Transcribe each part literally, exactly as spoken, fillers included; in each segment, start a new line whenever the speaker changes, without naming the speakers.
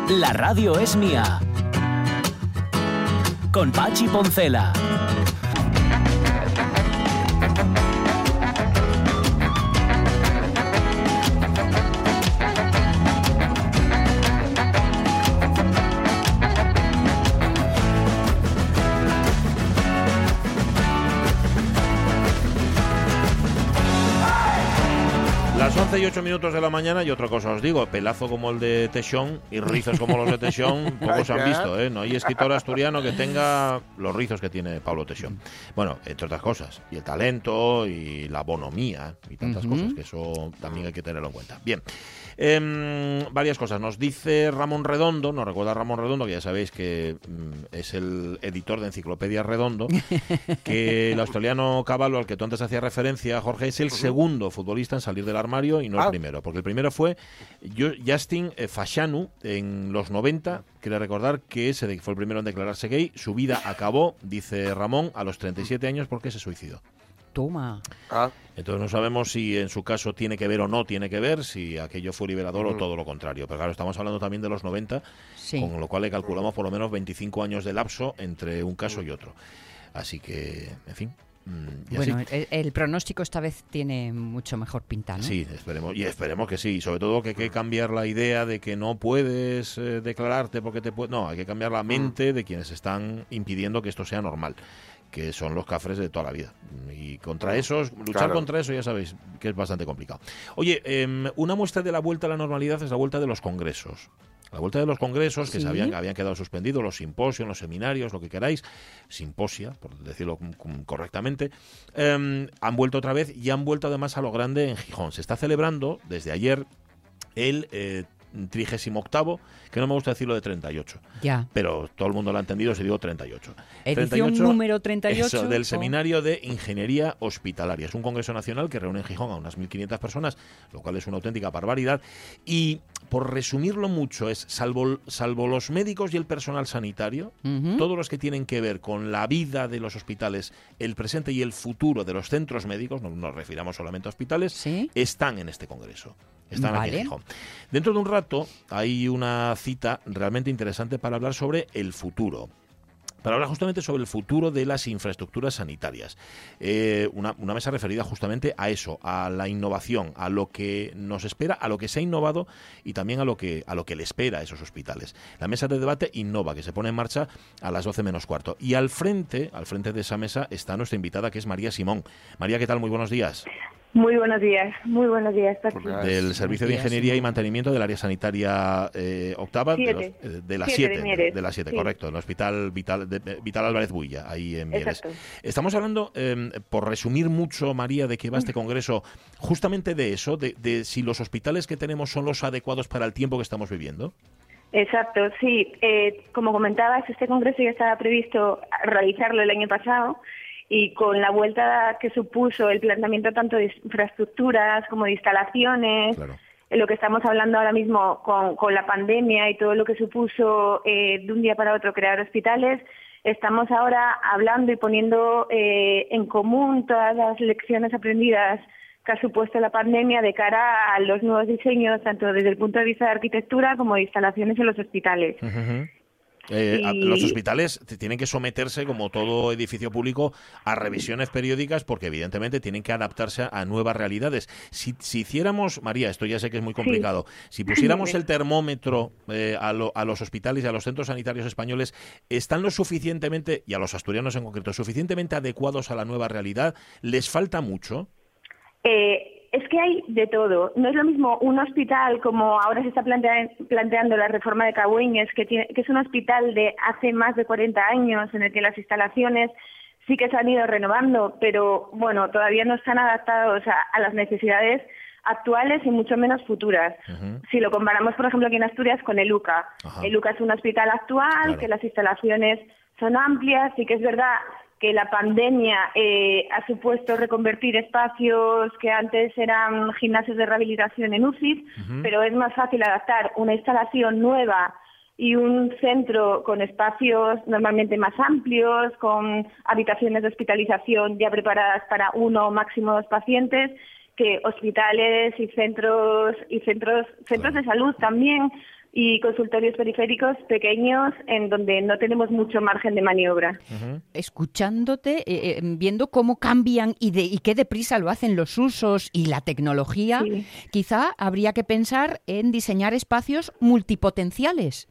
La radio es mía. Con Pachi Poncela.
Las once y ocho minutos de la mañana y otra cosa os digo, pelazo como el de Teixón y rizos como los de Teixón, pocos han visto, ¿eh? No hay escritor asturiano que tenga los rizos que tiene Pablo Teixón. Bueno, entre otras cosas, y el talento y la bonomía y tantas uh-huh. cosas, que eso también hay que tenerlo en cuenta. Bien, eh, varias cosas. Nos dice Ramón Redondo, nos recuerda Ramón Redondo, que ya sabéis que mm, es el editor de Enciclopedia Redondo, que el australiano Cavallo, al que tú antes hacías referencia, Jorge, es el segundo futbolista en salir del armario y no ah. el primero, porque el primero fue Justin Fashanu en los noventa. Quiere recordar que ese fue el primero en declararse gay. Su vida acabó, dice Ramón, a los treinta y siete años porque se suicidó.
Toma.
Ah. Entonces no sabemos si en su caso tiene que ver o no tiene que ver, si aquello fue liberador mm. o todo lo contrario. Pero claro, estamos hablando también de los noventa, sí. con lo cual le calculamos por lo menos veinticinco años de lapso entre un caso y otro. Así que, en fin.
Y bueno, el, el pronóstico esta vez tiene mucho mejor pinta, ¿no?
Sí, esperemos, y esperemos que sí. Y sobre todo que hay que cambiar la idea de que no puedes eh, declararte porque te puedes... No, hay que cambiar la mente de quienes están impidiendo que esto sea normal, que son los cafres de toda la vida. Y contra esos, luchar claro. contra eso ya sabéis que es bastante complicado. Oye, eh, una muestra de la vuelta a la normalidad es la vuelta de los congresos. La vuelta de los congresos, que ¿Sí? se habían, habían quedado suspendidos, los simposios, los seminarios, lo que queráis, simposia, por decirlo correctamente, eh, han vuelto otra vez y han vuelto además a lo grande en Gijón. Se está celebrando desde ayer el eh, trigésimo octavo, que no me gusta decirlo de treinta y ocho,
ya.
pero todo el mundo lo ha entendido si digo treinta y ocho.
Edición treinta y ocho, número treinta y ocho.
Eso, del Seminario de Ingeniería Hospitalaria. Es un congreso nacional que reúne en Gijón a unas mil quinientas personas, lo cual es una auténtica barbaridad. Y, por resumirlo mucho, es salvo, salvo los médicos y el personal sanitario, uh-huh. todos los que tienen que ver con la vida de los hospitales, el presente y el futuro de los centros médicos, no nos refiramos solamente a hospitales, ¿Sí? están en este congreso. Están vale. aquí en Gijón. Dentro de un rato hay una cita realmente interesante para hablar sobre el futuro. Para hablar justamente sobre el futuro de las infraestructuras sanitarias. Eh, una, una mesa referida justamente a eso, a la innovación, a lo que nos espera, a lo que se ha innovado y también a lo que, a lo que le espera a esos hospitales. La mesa de debate Innova, que se pone en marcha a las doce menos cuarto. Y al frente, al frente de esa mesa está nuestra invitada, que es María Simón. María, ¿qué tal? Muy buenos días.
Muy buenos días, muy buenos días, Pachi.
Del Servicio de Ingeniería y Mantenimiento del Área Sanitaria eh, Octava,
siete.
de, los, de las siete, de, de las siete, sí. correcto, en el Hospital Vital, de, Vital Álvarez Builla, ahí en Mieres.
Exacto.
Estamos hablando, eh, por resumir mucho, María, de qué va este congreso, justamente de eso, de, de si los hospitales que tenemos son los adecuados para el tiempo que estamos viviendo.
Exacto, sí. Eh, como comentabas, este congreso ya estaba previsto realizarlo el año pasado. Y con la vuelta que supuso el planteamiento tanto de infraestructuras como de instalaciones, claro. en lo que estamos hablando ahora mismo con, con la pandemia y todo lo que supuso eh, de un día para otro crear hospitales, estamos ahora hablando y poniendo eh, en común todas las lecciones aprendidas que ha supuesto la pandemia de cara a los nuevos diseños, tanto desde el punto de vista de arquitectura como de instalaciones en los hospitales.
Uh-huh. Eh, y... Los hospitales tienen que someterse, como todo edificio público, a revisiones periódicas porque evidentemente tienen que adaptarse a, a nuevas realidades. Si, si hiciéramos, María, esto ya sé que es muy complicado, sí. si pusiéramos el termómetro eh, a, lo, a los hospitales y a los centros sanitarios españoles, ¿están lo suficientemente, y a los asturianos en concreto, suficientemente adecuados a la nueva realidad? ¿Les falta mucho?
Eh... Es que hay de todo. No es lo mismo un hospital como ahora se está plantea, planteando la reforma de Cabueñes, que, tiene, que es un hospital de hace más de cuarenta años, en el que las instalaciones sí que se han ido renovando, pero bueno, todavía no están adaptados a, a las necesidades actuales y mucho menos futuras. Uh-huh. Si lo comparamos, por ejemplo, aquí en Asturias con el U C A. Uh-huh. El U C A es un hospital actual, claro. que las instalaciones son amplias y que es verdad que la pandemia eh, ha supuesto reconvertir espacios que antes eran gimnasios de rehabilitación en U C I, uh-huh. pero es más fácil adaptar una instalación nueva y un centro con espacios normalmente más amplios, con habitaciones de hospitalización ya preparadas para uno o máximo dos pacientes, que hospitales y centros y centros centros de salud también, y consultorios periféricos pequeños en donde no tenemos mucho margen de maniobra.
Uh-huh. Escuchándote, eh, eh, viendo cómo cambian y, de, y qué deprisa lo hacen los usos y la tecnología, sí. Quizá habría que pensar en diseñar espacios multipotenciales.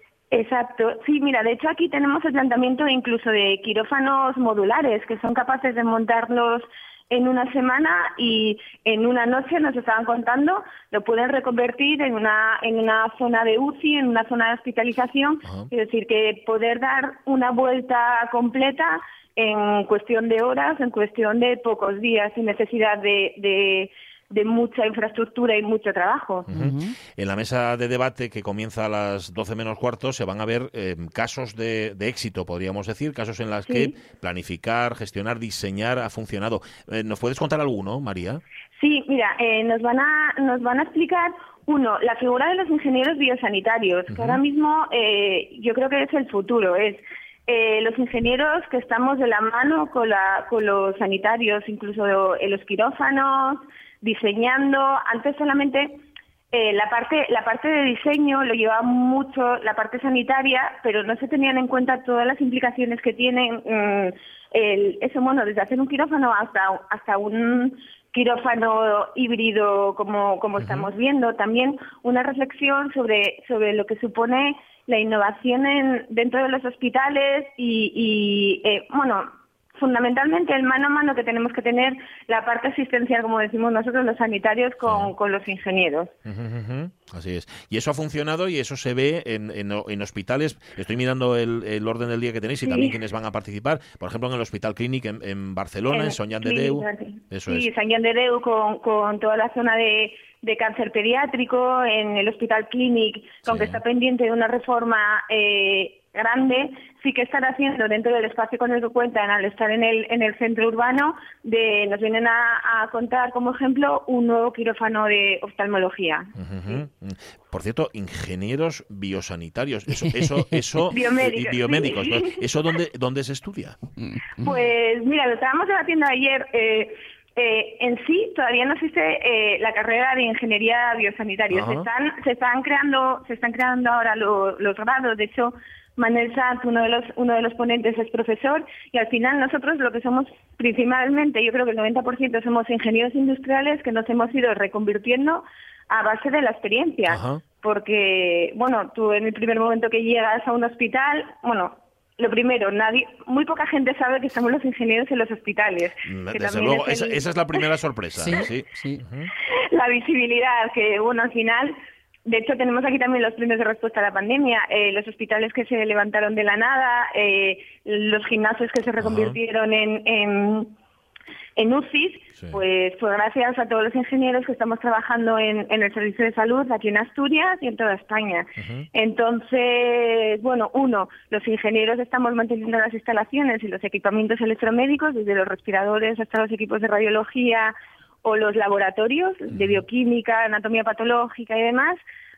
Exacto. Sí, mira, de hecho aquí tenemos el planteamiento incluso de quirófanos modulares que son capaces de montarlos en una semana y en una noche, nos estaban contando, lo pueden reconvertir en una en una zona de U C I, en una zona de hospitalización. Uh-huh. Es decir, que poder dar una vuelta completa en cuestión de horas, en cuestión de pocos días, sin necesidad de... de de mucha infraestructura y mucho trabajo.
Uh-huh. En la mesa de debate que comienza a las doce menos cuarto se van a ver eh, casos de, de éxito, podríamos decir, casos en los sí. que planificar, gestionar, diseñar ha funcionado. Eh, ¿Nos puedes contar alguno, María?
Sí, mira, eh, nos van a nos van a explicar, uno, la figura de los ingenieros biosanitarios, uh-huh. que ahora mismo eh, yo creo que es el futuro, es Eh, los ingenieros que estamos de la mano con, la, con los sanitarios, incluso en los quirófanos, diseñando. Antes solamente eh, la parte la parte de diseño lo llevaba mucho la parte sanitaria, pero no se tenían en cuenta todas las implicaciones que tienen mmm, el, eso, bueno, desde hacer un quirófano hasta hasta un quirófano híbrido como como uh-huh. estamos viendo. También una reflexión sobre sobre lo que supone la innovación en, dentro de los hospitales y, y eh, bueno, fundamentalmente el mano a mano que tenemos que tener, la parte asistencial, como decimos nosotros los sanitarios, con, sí. con los ingenieros.
Uh-huh, uh-huh. Así es. Y eso ha funcionado y eso se ve en, en, en hospitales. Estoy mirando el, el orden del día que tenéis y sí. también quienes van a participar. Por ejemplo, en el Hospital Clínic en, en Barcelona, en, en Sant Joan de Déu. Eso
sí,
es.
Sant Joan de Déu con, con toda la zona de... de cáncer pediátrico, en el Hospital Clínic, sí. aunque está pendiente de una reforma eh, grande, sí que están haciendo dentro del espacio con el que cuentan al estar en el en el centro urbano, de nos vienen a, a contar como ejemplo un nuevo quirófano de oftalmología.
Uh-huh. Sí. Por cierto, ingenieros biosanitarios, eso, eso, eso
biomédicos,
biomédicos,
sí.
¿Eso dónde dónde se estudia?
Pues mira, lo estábamos debatiendo ayer. Eh, Eh, en sí todavía no existe eh, la carrera de ingeniería biosanitaria. Se están se están creando se están creando ahora lo, los grados. De hecho, Manuel Sanz, uno de los uno de los ponentes, es profesor, y al final nosotros lo que somos principalmente, yo creo que el noventa por ciento somos ingenieros industriales que nos hemos ido reconvirtiendo a base de la experiencia. Ajá. Porque, bueno, tú en el primer momento que llegas a un hospital, bueno, lo primero, nadie, muy poca gente sabe que estamos los ingenieros en los hospitales.
Que Desde luego, es el... esa, esa es la primera sorpresa.
Sí,
sí.
sí.
Uh-huh.
La visibilidad, que bueno, al final, de hecho tenemos aquí también los premios de respuesta a la pandemia, eh, los hospitales que se levantaron de la nada, eh, los gimnasios que se reconvirtieron uh-huh. en... en En U C I S, sí. pues fue gracias a todos los ingenieros que estamos trabajando en, en el servicio de salud aquí en Asturias y en toda España. Uh-huh. Entonces, bueno, uno, los ingenieros estamos manteniendo las instalaciones y los equipamientos electromédicos, desde los respiradores hasta los equipos de radiología o los laboratorios uh-huh. de bioquímica, anatomía patológica y demás,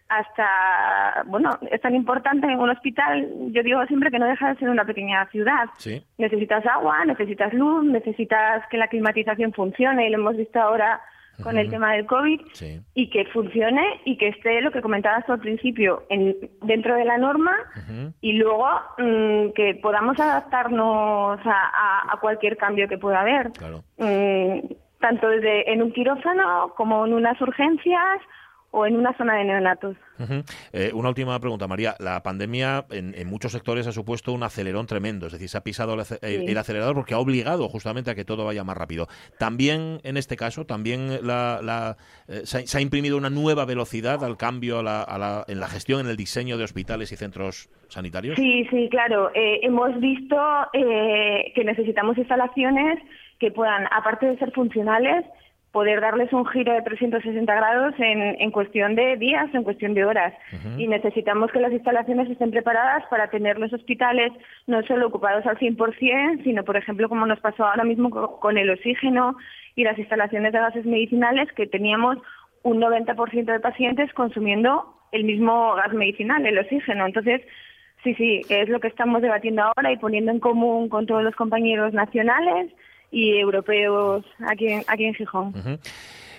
hasta, bueno, es tan importante en un hospital, yo digo siempre que no deja de ser una pequeña ciudad.
Sí. Necesitas
agua, necesitas luz, necesitas que la climatización funcione, y lo hemos visto ahora con uh-huh. el tema del COVID, sí. y que funcione y que esté, lo que comentabas al principio, en, dentro de la norma, uh-huh. y luego mmm, que podamos adaptarnos a, a, a cualquier cambio que pueda haber.
Claro.
Mm, tanto desde en un quirófano como en unas urgencias o en una zona de neonatos.
Uh-huh. Eh, una última pregunta, María. La pandemia en, en muchos sectores ha supuesto un acelerón tremendo, es decir, se ha pisado el, sí. el acelerador porque ha obligado justamente a que todo vaya más rápido. También, en este caso, también la, la, eh, se, ha, se ha imprimido una nueva velocidad al cambio a la, a la, en la gestión, en el diseño de hospitales y centros sanitarios.
Sí, sí, claro. Eh, hemos visto eh, que necesitamos instalaciones que puedan, aparte de ser funcionales, poder darles un giro de trescientos sesenta grados en, en cuestión de días, en cuestión de horas. Uh-huh. Y necesitamos que las instalaciones estén preparadas para tener los hospitales no solo ocupados al cien por ciento, sino, por ejemplo, como nos pasó ahora mismo con el oxígeno y las instalaciones de gases medicinales, que teníamos un noventa por ciento de pacientes consumiendo el mismo gas medicinal, el oxígeno. Entonces, sí, sí, es lo que estamos debatiendo ahora y poniendo en común con todos los compañeros nacionales y europeos aquí en, aquí en Gijón.
Uh-huh.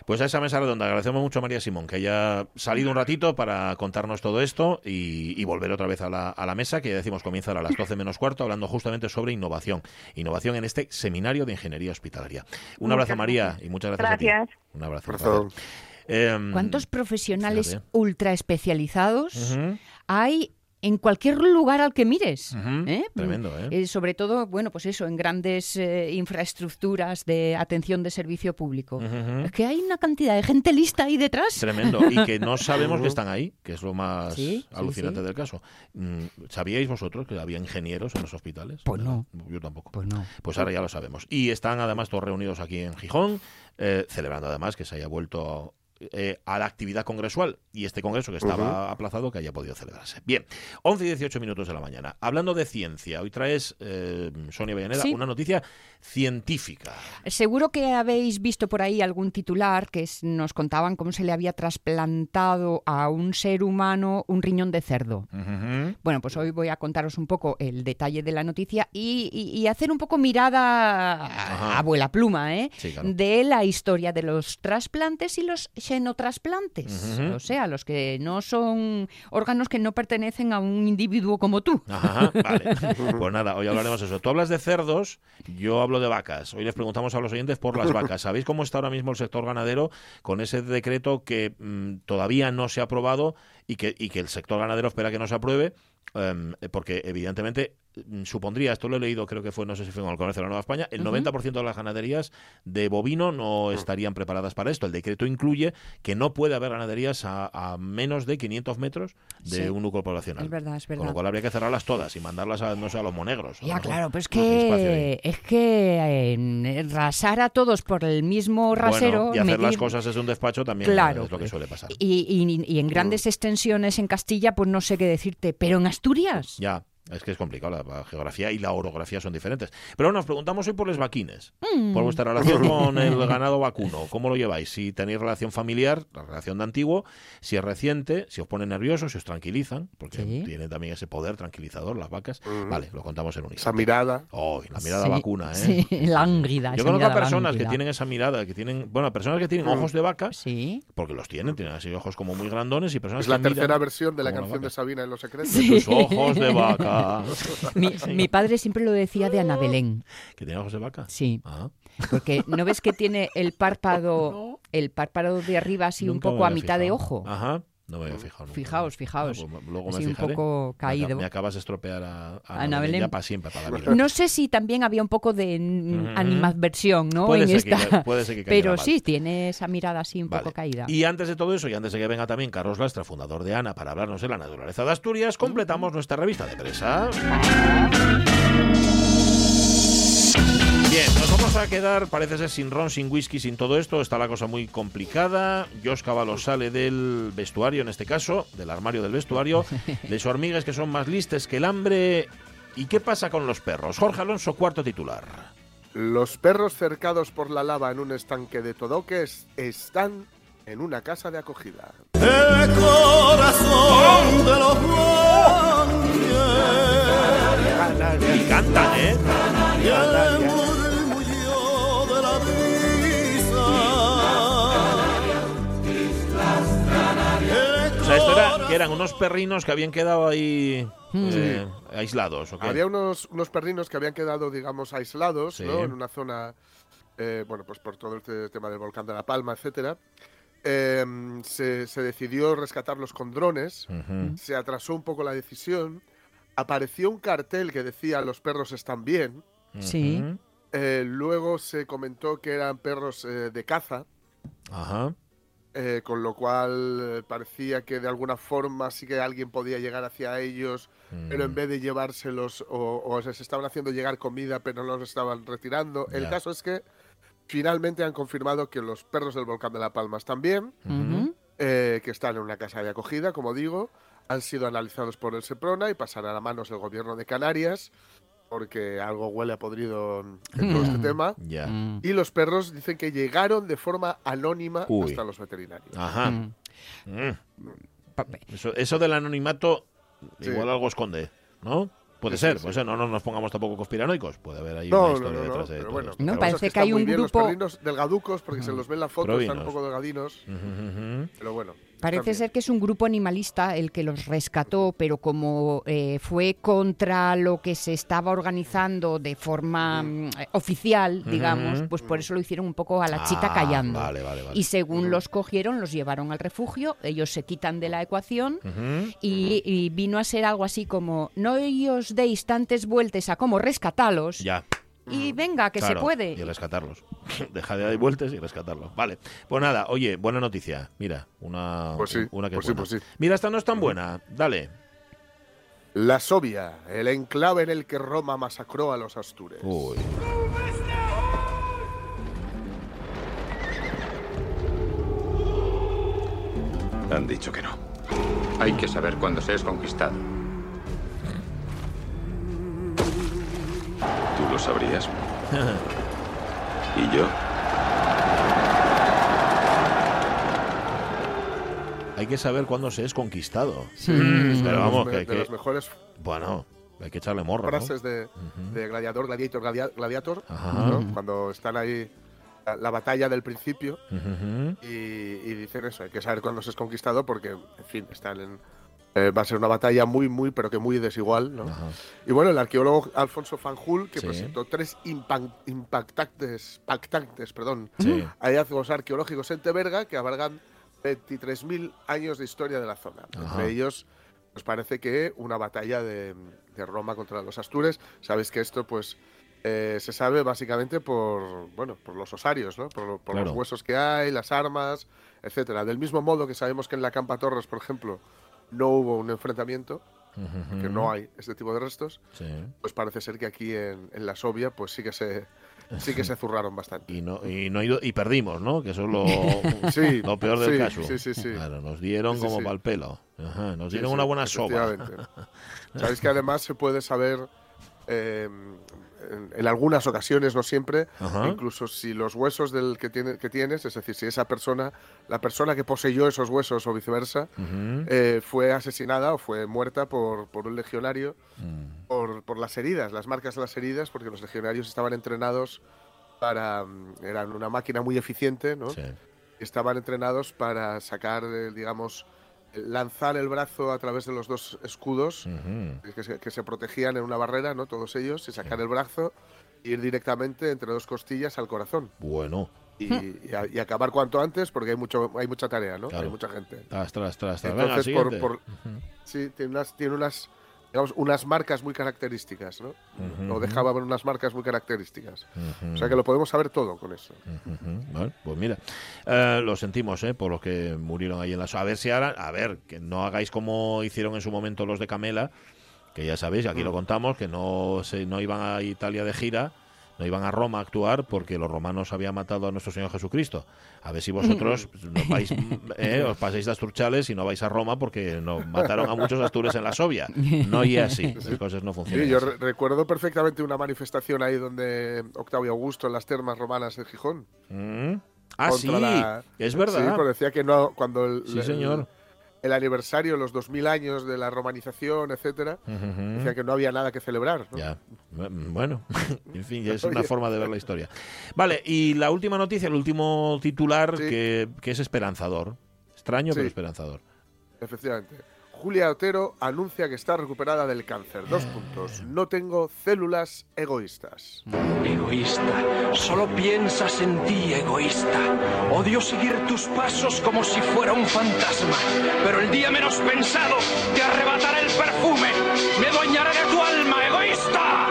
Pues a esa mesa redonda agradecemos mucho a María Simón que haya salido un ratito para contarnos todo esto y, y volver otra vez a la, a la mesa, que ya decimos comienza a las doce menos cuarto, hablando justamente sobre innovación. Innovación en este seminario de ingeniería hospitalaria. Un muchas abrazo, María, gracias. Y muchas gracias,
gracias.
a ti. Un abrazo.
Perdón.
Eh, ¿Cuántos profesionales fíjate. ultra especializados uh-huh. hay en cualquier lugar al que mires?
Uh-huh. ¿Eh? Tremendo, ¿eh?
Eh, sobre todo, bueno, pues eso, en grandes eh, infraestructuras de atención de servicio público. Uh-huh. Es que hay una cantidad de gente lista ahí detrás.
Tremendo, y que no sabemos uh-huh. que están ahí, que es lo más ¿Sí? alucinante sí, sí. del caso. ¿Sabíais vosotros que había ingenieros en los hospitales?
Pues no.
Yo tampoco.
Pues no.
Pues ahora ya lo sabemos. Y están además todos reunidos aquí en Gijón, eh, celebrando además que se haya vuelto... Eh, a la actividad congresual y este congreso que estaba uh-huh. aplazado que haya podido celebrarse. Bien, once y dieciocho minutos de la mañana. Hablando de ciencia, hoy traes, eh, Sonia Avellaneda, ¿Sí? una noticia científica.
Seguro que habéis visto por ahí algún titular que es, nos contaban cómo se le había trasplantado a un ser humano un riñón de cerdo.
Uh-huh.
Bueno, pues hoy voy a contaros un poco el detalle de la noticia y, y, y hacer un poco mirada a, a abuela pluma, ¿eh?
Sí, claro.
de la historia de los trasplantes y los xenotrasplantes,
uh-huh.
o sea, los que no son órganos que no pertenecen a un individuo como tú.
Ajá, vale. Pues nada, hoy hablaremos de eso. Tú hablas de cerdos, yo hablo de vacas. Hoy les preguntamos a los oyentes por las vacas. ¿Sabéis cómo está ahora mismo el sector ganadero con ese decreto que mmm, todavía no se ha aprobado y que, y que el sector ganadero espera que no se apruebe? Um, porque evidentemente supondría, esto lo he leído, creo que fue, no sé si fue en el Comercio de la Nueva España, el uh-huh. noventa por ciento de las ganaderías de bovino no estarían preparadas para esto. El decreto incluye que no puede haber ganaderías a, a menos de quinientos metros de sí. un núcleo poblacional.
Es verdad, es verdad.
Con lo cual habría que cerrarlas todas y mandarlas a, no sé, a los monegros.
Ya,
¿no?
claro, pero es que es que eh, rasar a todos por el mismo rasero...
Bueno, y hacer
medir...
las cosas desde un despacho también
claro,
es lo que suele pasar.
Y, y, y en grandes extensiones en Castilla, pues no sé qué decirte, pero en Asturias...
Ya. Es que es complicado, la, la geografía y la orografía son diferentes. Pero nos preguntamos hoy por los vaquines, mm. por vuestra relación con el ganado vacuno. ¿Cómo lo lleváis? Si tenéis relación familiar, la relación de antiguo, si es reciente, si os pone nerviosos, si os tranquilizan, porque sí. tienen también ese poder tranquilizador las vacas. Mm. Vale, lo contamos en un instante.
Esa mirada.
Oh, la mirada
sí,
vacuna, ¿eh?
Sí, lánguida.
Yo conozco a personas lánguida. que tienen esa mirada, que tienen, bueno, personas que tienen mm. ojos de vaca,
sí.
porque los tienen, tienen así ojos como muy grandones y personas
es
que
la tercera
miran
versión de la canción de Sabina en Los Secretos.
Sí. Sus ojos de vaca.
Mi, mi padre siempre lo decía de Ana Belén.
¿Que tiene ojos de vaca?
Sí.
Ah.
Porque ¿no ves que tiene el párpado el párpado de arriba así
Nunca
un poco a mitad
fijado.
de ojo?
Ajá. No me había fijado nunca.
Fijaos, fijaos.
Ah, pues luego
así
me
un poco caído.
Me, me acabas de estropear a, a
Ana Belén
ya para siempre, para la vida.
No sé si también había un poco de mm-hmm. animadversión, ¿no?
Puede,
en
ser
esta...
que, puede ser que
Pero
mal.
sí, tiene esa mirada así un
vale.
poco caída.
Y antes de todo eso, y antes de que venga también Carlos Lastra, fundador de ANA, para hablarnos de la naturaleza de Asturias, completamos mm-hmm. nuestra revista de prensa. Bien, nos vamos a quedar, parece ser, sin ron, sin whisky, sin todo esto. Está la cosa muy complicada. Josh Cavallo sale del vestuario, en este caso, del armario del vestuario. Les hormigas que son más listes que el hambre. ¿Y qué pasa con los perros? Jorge Alonso, cuarto titular.
Los perros cercados por la lava en un estanque de Todoques están en una casa de acogida.
El corazón de los
Y cantan, ¿eh? O sea, esto era que eran unos perrinos que habían quedado ahí eh, sí. aislados. ¿O qué?
Había unos, unos perrinos que habían quedado, digamos, aislados, sí. ¿no? En una zona, eh, bueno, pues por todo este tema del volcán de La Palma, etcétera. Eh, se, se decidió rescatarlos con drones, uh-huh. se atrasó un poco la decisión, apareció un cartel que decía los perros están bien.
Sí.
Eh, luego se comentó que eran perros eh, de caza.
Ajá.
Eh, con lo cual eh, parecía que de alguna forma sí que alguien podía llegar hacia ellos, mm. pero en vez de llevárselos o, o se estaban haciendo llegar comida pero no los estaban retirando. Yeah. El caso es que finalmente han confirmado que los perros del volcán de La Palma están bien,
uh-huh.
eh, que están en una casa de acogida, como digo, han sido analizados por el Seprona y pasarán a manos del gobierno de Canarias, porque algo huele a podrido en todo este tema.
Yeah.
Y los perros dicen que llegaron de forma anónima
Uy.
hasta los veterinarios.
Ajá. Mm. Mm. Eso, eso del anonimato igual sí. algo esconde, ¿no? Puede
Sí,
ser,
sí,
puede
sí.
ser, no, no nos pongamos tampoco conspiranoicos, puede haber ahí
No,
una
no,
historia
no, no,
detrás de
pero
todo
bueno.
esto.
No,
Claro.
parece
Cosas
que hay
están muy
un
bien,
grupo-
Los perrinos delgaducos, porque se los ven en la foto,
Provinos.
están un poco delgadinos,
Ujú, ujú.
pero bueno.
Parece
están
ser
bien.
que es un grupo animalista el que los rescató, pero como eh, fue contra lo que se estaba organizando de forma mm, eh, oficial, digamos,
Ujú.
pues por eso lo hicieron un poco a la chita
Ah,
callando.
vale, vale, vale.
Y según los cogieron, los llevaron al refugio, ellos se quitan de la ecuación
Ujú.
y, y vino a ser algo así como, no os deis tantas vueltas a cómo rescatalos
Ya.
y venga, que
Claro,
se puede.
Y rescatarlos. Deja de dar vueltas y rescatarlos. Vale. Pues nada, oye, buena noticia. Mira, una,
Pues sí,
una que
pues
es
sí,
buena.
pues sí.
Mira, esta no es tan buena. Dale.
La Sobia, el enclave en el que Roma masacró a los astures.
Uy.
Han dicho que no.
Hay que saber cuándo se es conquistado.
¿Tú lo sabrías? ¿Y yo?
Hay que saber cuándo se es conquistado.
Sí,
Mm,
es
pero
de
vamos,
los,
que,
me-
que-
de las mejores
bueno, hay que echarle morro, ¿no?
frases de, de Gladiador, Gladiator, Gladia- Gladiator,
Ajá.
¿no? Cuando están ahí la, la batalla del principio
Ujú.
y, y dicen eso, hay que saber cuándo se es conquistado porque, en fin, están en, eh, va a ser una batalla muy, muy, pero que muy desigual, ¿no?
Ajá.
Y bueno, el arqueólogo Alfonso Fanjul, que
Sí.
presentó tres impan- impactantes, impactantes perdón,
Sí.
hallazgos arqueológicos en Teberga que abarcan veintitrés mil años de historia de la zona.
Ajá.
Entre ellos, nos parece que una batalla de, de Roma contra los astures. Sabéis que esto, pues, eh, se sabe básicamente por, bueno, por los osarios, ¿no? Por, por
Claro.
los huesos que hay, las armas, etcétera. Del mismo modo que sabemos que en la Campa Torres, por ejemplo, no hubo un enfrentamiento,
Ujú.
que no hay este tipo de restos,
Sí.
pues parece ser que aquí en, en la Sobia, pues sí que se sí que se zurraron bastante.
Y no, y no ha ido- y perdimos, ¿no? Que eso es lo,
Sí,
lo peor del
sí,
caso.
sí, sí, sí.
Claro, nos dieron
Sí, sí,
como
sí.
pa'l pelo. Ajá, nos
Sí,
dieron
sí,
una buena soba.
efectivamente. Sabéis que además se puede saber eh, en, en algunas ocasiones, no siempre,
Ajá.
incluso si los huesos del que, tiene, que tienes, es decir, si esa persona, la persona que poseyó esos huesos o viceversa,
Ujú.
eh, fue asesinada o fue muerta por, por un legionario
Mm.
por, por las heridas, las marcas de las heridas, porque los legionarios estaban entrenados para... mm, eran una máquina muy eficiente, ¿no?
Sí.
Estaban entrenados para sacar, eh, digamos, lanzar el brazo a través de los dos escudos
Ujú.
que se, que se protegían en una barrera, ¿no? Todos ellos, y sacar el brazo e ir directamente entre dos costillas al corazón.
Bueno.
Y, y a- y acabar cuanto antes porque hay mucho hay mucha tarea, ¿no?
Claro.
Hay mucha gente.
Tras, tras, tras, tras. Venga,
Entonces, por,
siguiente.
por- sí, tiene unas, tiene unas, digamos, unas marcas muy características, ¿no?
Ujú,
O dejaba ver unas marcas muy características.
Ujú.
O sea que lo podemos saber todo con eso.
Ujú. Bueno, pues mira, eh, lo sentimos, ¿eh? Por los que murieron ahí en la... A ver si ahora, a ver, que no hagáis como hicieron en su momento los de Camela, que ya sabéis, aquí lo contamos, que no se, no iban a Italia de gira, no iban a Roma a actuar porque los romanos habían matado a nuestro Señor Jesucristo. A ver si vosotros no vais, eh, os paséis de Asturchales y no vais a Roma porque nos mataron a muchos astures en la Sobia. No y así, las cosas no funcionan
Sí, yo
así.
re- recuerdo perfectamente una manifestación ahí donde Octavio Augusto en las termas romanas de Gijón.
Mm. Ah,
contra
sí,
la-
es
Sí,
verdad.
pero decía que no, cuando el,
Sí,
el-
señor.
el aniversario, los dos mil años de la romanización, etcétera,
Ujú.
decía que no había nada que celebrar, ¿no?
Ya, bueno, en fin, ya es una
Oye.
forma de ver la historia. Vale, y la última noticia, el último titular,
Sí.
que, que es esperanzador. Extraño,
Sí.
pero esperanzador.
Efectivamente. Julia Otero anuncia que está recuperada del cáncer. Dos puntos. No tengo células egoístas.
Egoísta, solo piensas en ti, egoísta. Odio seguir tus pasos como si fuera un fantasma. Pero el día menos pensado te arrebatará el perfume. Me adueñaré de tu alma, egoísta.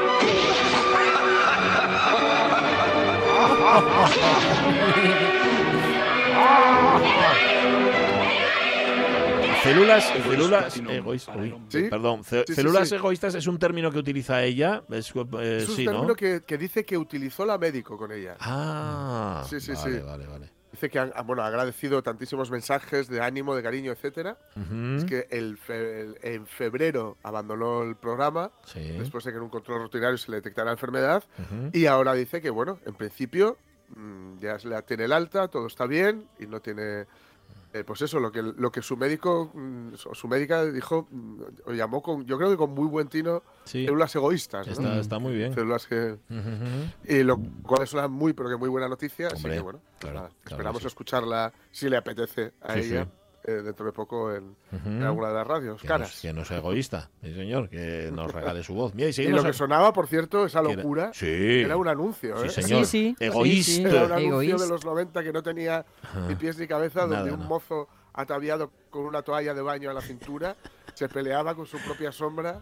Células, células egoístas. Uy,
¿Sí?
perdón, ce-
Sí, sí,
células
sí.
egoístas es un término que utiliza ella. Es, eh,
Es un
sí,
término
¿no?
que, que dice que utilizó la médico con ella.
Ah,
Sí, sí,
vale,
sí.
vale, vale.
Dice que han, bueno, ha agradecido tantísimos mensajes de ánimo, de cariño, etcétera.
Ujú.
Es que el fe- el- en febrero abandonó el programa
Sí.
después de que en un control rutinario se le detectara la enfermedad.
Ujú.
Y ahora dice que, bueno, en principio mm, ya se la tiene el alta, todo está bien y no tiene Eh, pues eso, lo que lo que su médico o su médica dijo, o llamó con, yo creo que con muy buen tino, sí. células egoístas, ¿no?
Está, está muy bien.
Células que uh-huh. y lo cual es una muy pero que muy buena noticia, Hombre, así que bueno, claro, nada, claro esperamos sí. escucharla si le apetece a sí, ella. Sí. Eh, dentro de poco en, uh-huh. en alguna de las radios,
que
caras.
No, que no sea egoísta, sí señor, que nos regale su voz. Mira, y,
y lo que a... sonaba, por cierto, esa locura,
era... Sí.
era un anuncio, ¿eh?
Sí, señor.
Sí, sí.
Egoísta. Sí, sí.
Era un anuncio
Egoísta.
de los noventa que no tenía uh-huh. ni pies ni cabeza, donde Nada, un no. mozo ataviado con una toalla de baño a la cintura se peleaba con su propia sombra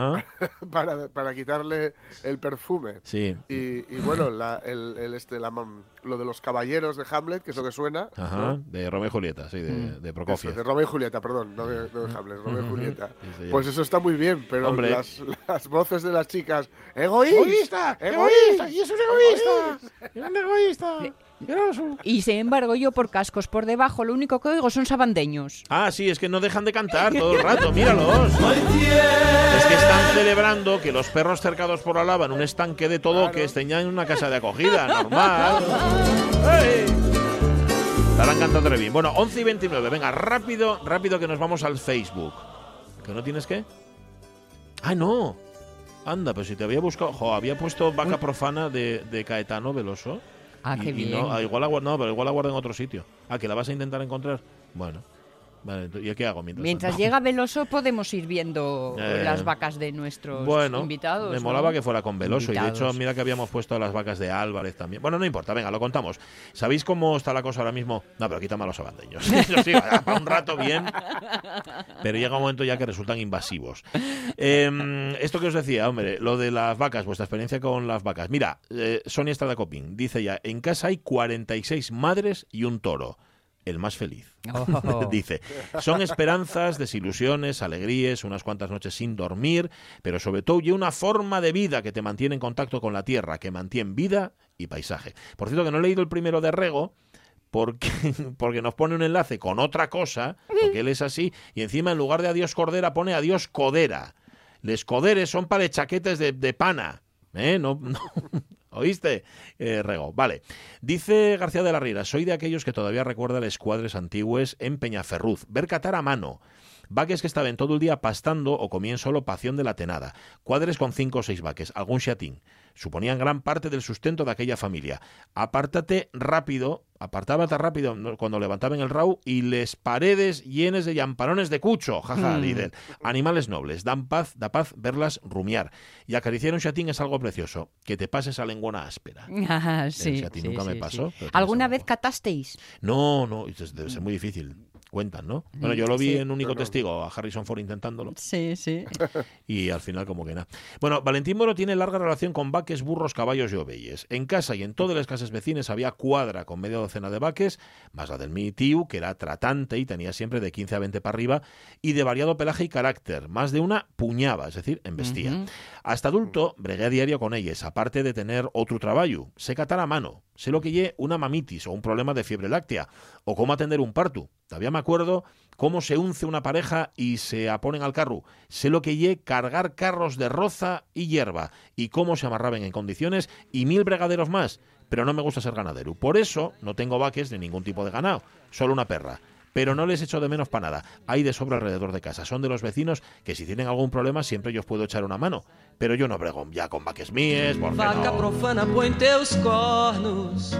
para, para quitarle el perfume.
Sí.
Y, y bueno, la, el, el este, la, lo de los caballeros de Hamlet, que es lo que suena.
Ajá, ¿no? De Romeo y Julieta, sí, de, mm. de Prokofiev.
Eso, de Romeo y Julieta, perdón, no de, no de Hamlet, Romeo y Julieta. Sí, pues eso está muy bien, pero
Hombre.
Las, las voces de las chicas, ¡egoísta!
¡Egoísta! ¡Egoísta! ¡Y es un egoísta! ¡Es un egoísta!
Y sin embargo, yo por cascos por debajo lo único que oigo son sabandeños.
Ah, sí, es que no dejan de cantar todo el rato, míralos. Es que están celebrando que los perros cercados por la lava en un estanque de todo claro. que estén ya en una casa de acogida, normal. ¡Hey! Estarán cantando re bien. Bueno, once y veintinueve, venga, rápido, rápido que nos vamos al Facebook. ¿Que no tienes qué? ¡Ah, no! Anda, pero si te había buscado... Jo, había puesto Vaca Profana de, de Caetano Veloso.
Ah, qué
y,
bien.
Y no, igual la, no, pero igual la guardo en otro sitio. Ah, ¿que la vas a intentar encontrar? Bueno. Vale, ¿y qué hago mientras
Mientras
tanto?
llega Veloso podemos ir viendo eh, las vacas de nuestros
bueno,
invitados.
Me
¿no?
molaba que fuera con Veloso invitados. Y de hecho mira que habíamos puesto las vacas de Álvarez también. Bueno, no importa, venga, lo contamos. ¿Sabéis cómo está la cosa ahora mismo? No, pero quítame a los sabandeños. Eso sí, para un rato bien. Pero llega un momento ya que resultan invasivos. Eh, esto que os decía, hombre, lo de las vacas, vuestra experiencia con las vacas. Mira, eh, Sonia Estradacopín dice ya, en casa hay cuarenta y seis madres y un toro. El más feliz. Oh. Dice, son esperanzas, desilusiones, alegrías, unas cuantas noches sin dormir, pero sobre todo y una forma de vida que te mantiene en contacto con la tierra, que mantiene vida y paisaje. Por cierto, que no he leído el primero de Rego, porque, porque nos pone un enlace con otra cosa, porque él es así, y encima en lugar de adiós cordera pone adiós codera. Les coderes son para chaquetes de, de pana. ¿Eh? No... no. ¿Oíste, eh, Rego? Vale. Dice García de la Riera, soy de aquellos que todavía recuerdan los cuadres antiguos en Peñaferruz. Ver catar a mano. Vaques que estaban todo el día pastando o comían solo pación de la tenada. Cuadres con cinco o seis vaques, algún chatín. Suponían gran parte del sustento de aquella familia. Apártate rápido, apartábate rápido cuando levantaban el rau y les paredes llenes de llamparones de cucho, jaja, mm. Lidl. Animales nobles, dan paz, da paz verlas rumiar. Y acariciar un chatín es algo precioso. Que te pases a lengüona áspera.
Ah, sí,
el chatín
sí,
nunca
sí,
me pasó.
Sí. ¿Alguna vez catasteis?
No, no, debe ser muy difícil. Cuentan, ¿no? Bueno, yo lo vi sí, en Único Testigo, a Harrison Ford intentándolo.
Sí, sí.
Y al final como que nada. Bueno, Valentín Moro tiene larga relación con vaques, burros, caballos y ovelles. En casa y en todas las casas vecinas había cuadra con media docena de vaques, más la del mi tío, que era tratante y tenía siempre de quince a veinte para arriba, y de variado pelaje y carácter. Más de una puñaba, es decir, embestía. Uh-huh. Hasta adulto, bregué a diario con ellas, aparte de tener otro trabajo. Sé catar a mano. Sé lo que lle una mamitis o un problema de fiebre láctea, o cómo atender un parto. Todavía me acuerdo cómo se unce una pareja y se aponen al carro. Sé lo que lle cargar carros de roza y hierba, y cómo se amarraban en condiciones, y mil bregaderos más. Pero no me gusta ser ganadero. Por eso no tengo vaques ni ningún tipo de ganado, solo una perra. Pero no les echo de menos para nada. Hay de sobra alrededor de casa. Son de los vecinos que si tienen algún problema siempre yo os puedo echar una mano. Pero yo no brego ya con vaques míes, porque
Vaca
no.
profana, põe teus cornos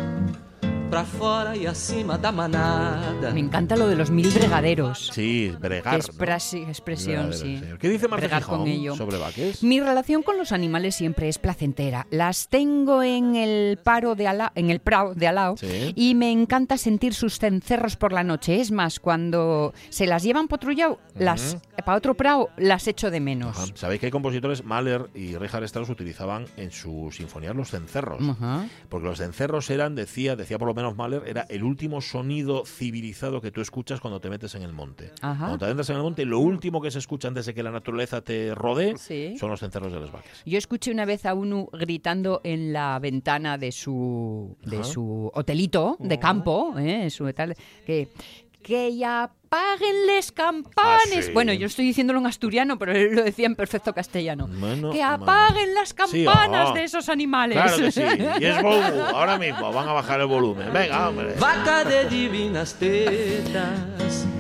pra fora y acima da manada.
Me encanta lo de los mil bregaderos.
Sí, bregar.
Qué expres- expresión,
bregaderos,
sí.
Señor. ¿Qué dice Marta
Bregar
Gijón
con ello.
sobre vaques?
Mi relación con los animales siempre es placentera. Las tengo en el paro de ala, en el prao de alao,
sí.
Y me encanta sentir sus cencerros por la noche. Es más, cuando se las llevan potrullao, uh-huh. las para otro prao las echo de menos.
Ajá. Sabéis que hay compositores, Mahler y Richard Strauss utilizaban en sus sinfonías los cencerros, uh-huh. porque los cencerros eran, decía, decía por lo menos Mahler, era el último sonido civilizado que tú escuchas cuando te metes en el monte.
Ajá.
Cuando te adentras en el monte, lo último que se escucha antes de que la naturaleza te rodee
sí.
son los cencerros de los vaques.
Yo escuché una vez a uno gritando en la ventana de su de Ajá. su hotelito de campo, ¿eh? Su tal, que que ya paguen les campanes.
Ah, sí.
Bueno, yo estoy diciéndolo en asturiano, pero él lo decía en perfecto castellano.
Bueno,
que apaguen bueno. las campanas sí, oh. de esos animales.
Claro que sí. Y es bobo. Ahora mismo van a bajar el volumen. Venga, hombre.
Vaca de divinas tetas.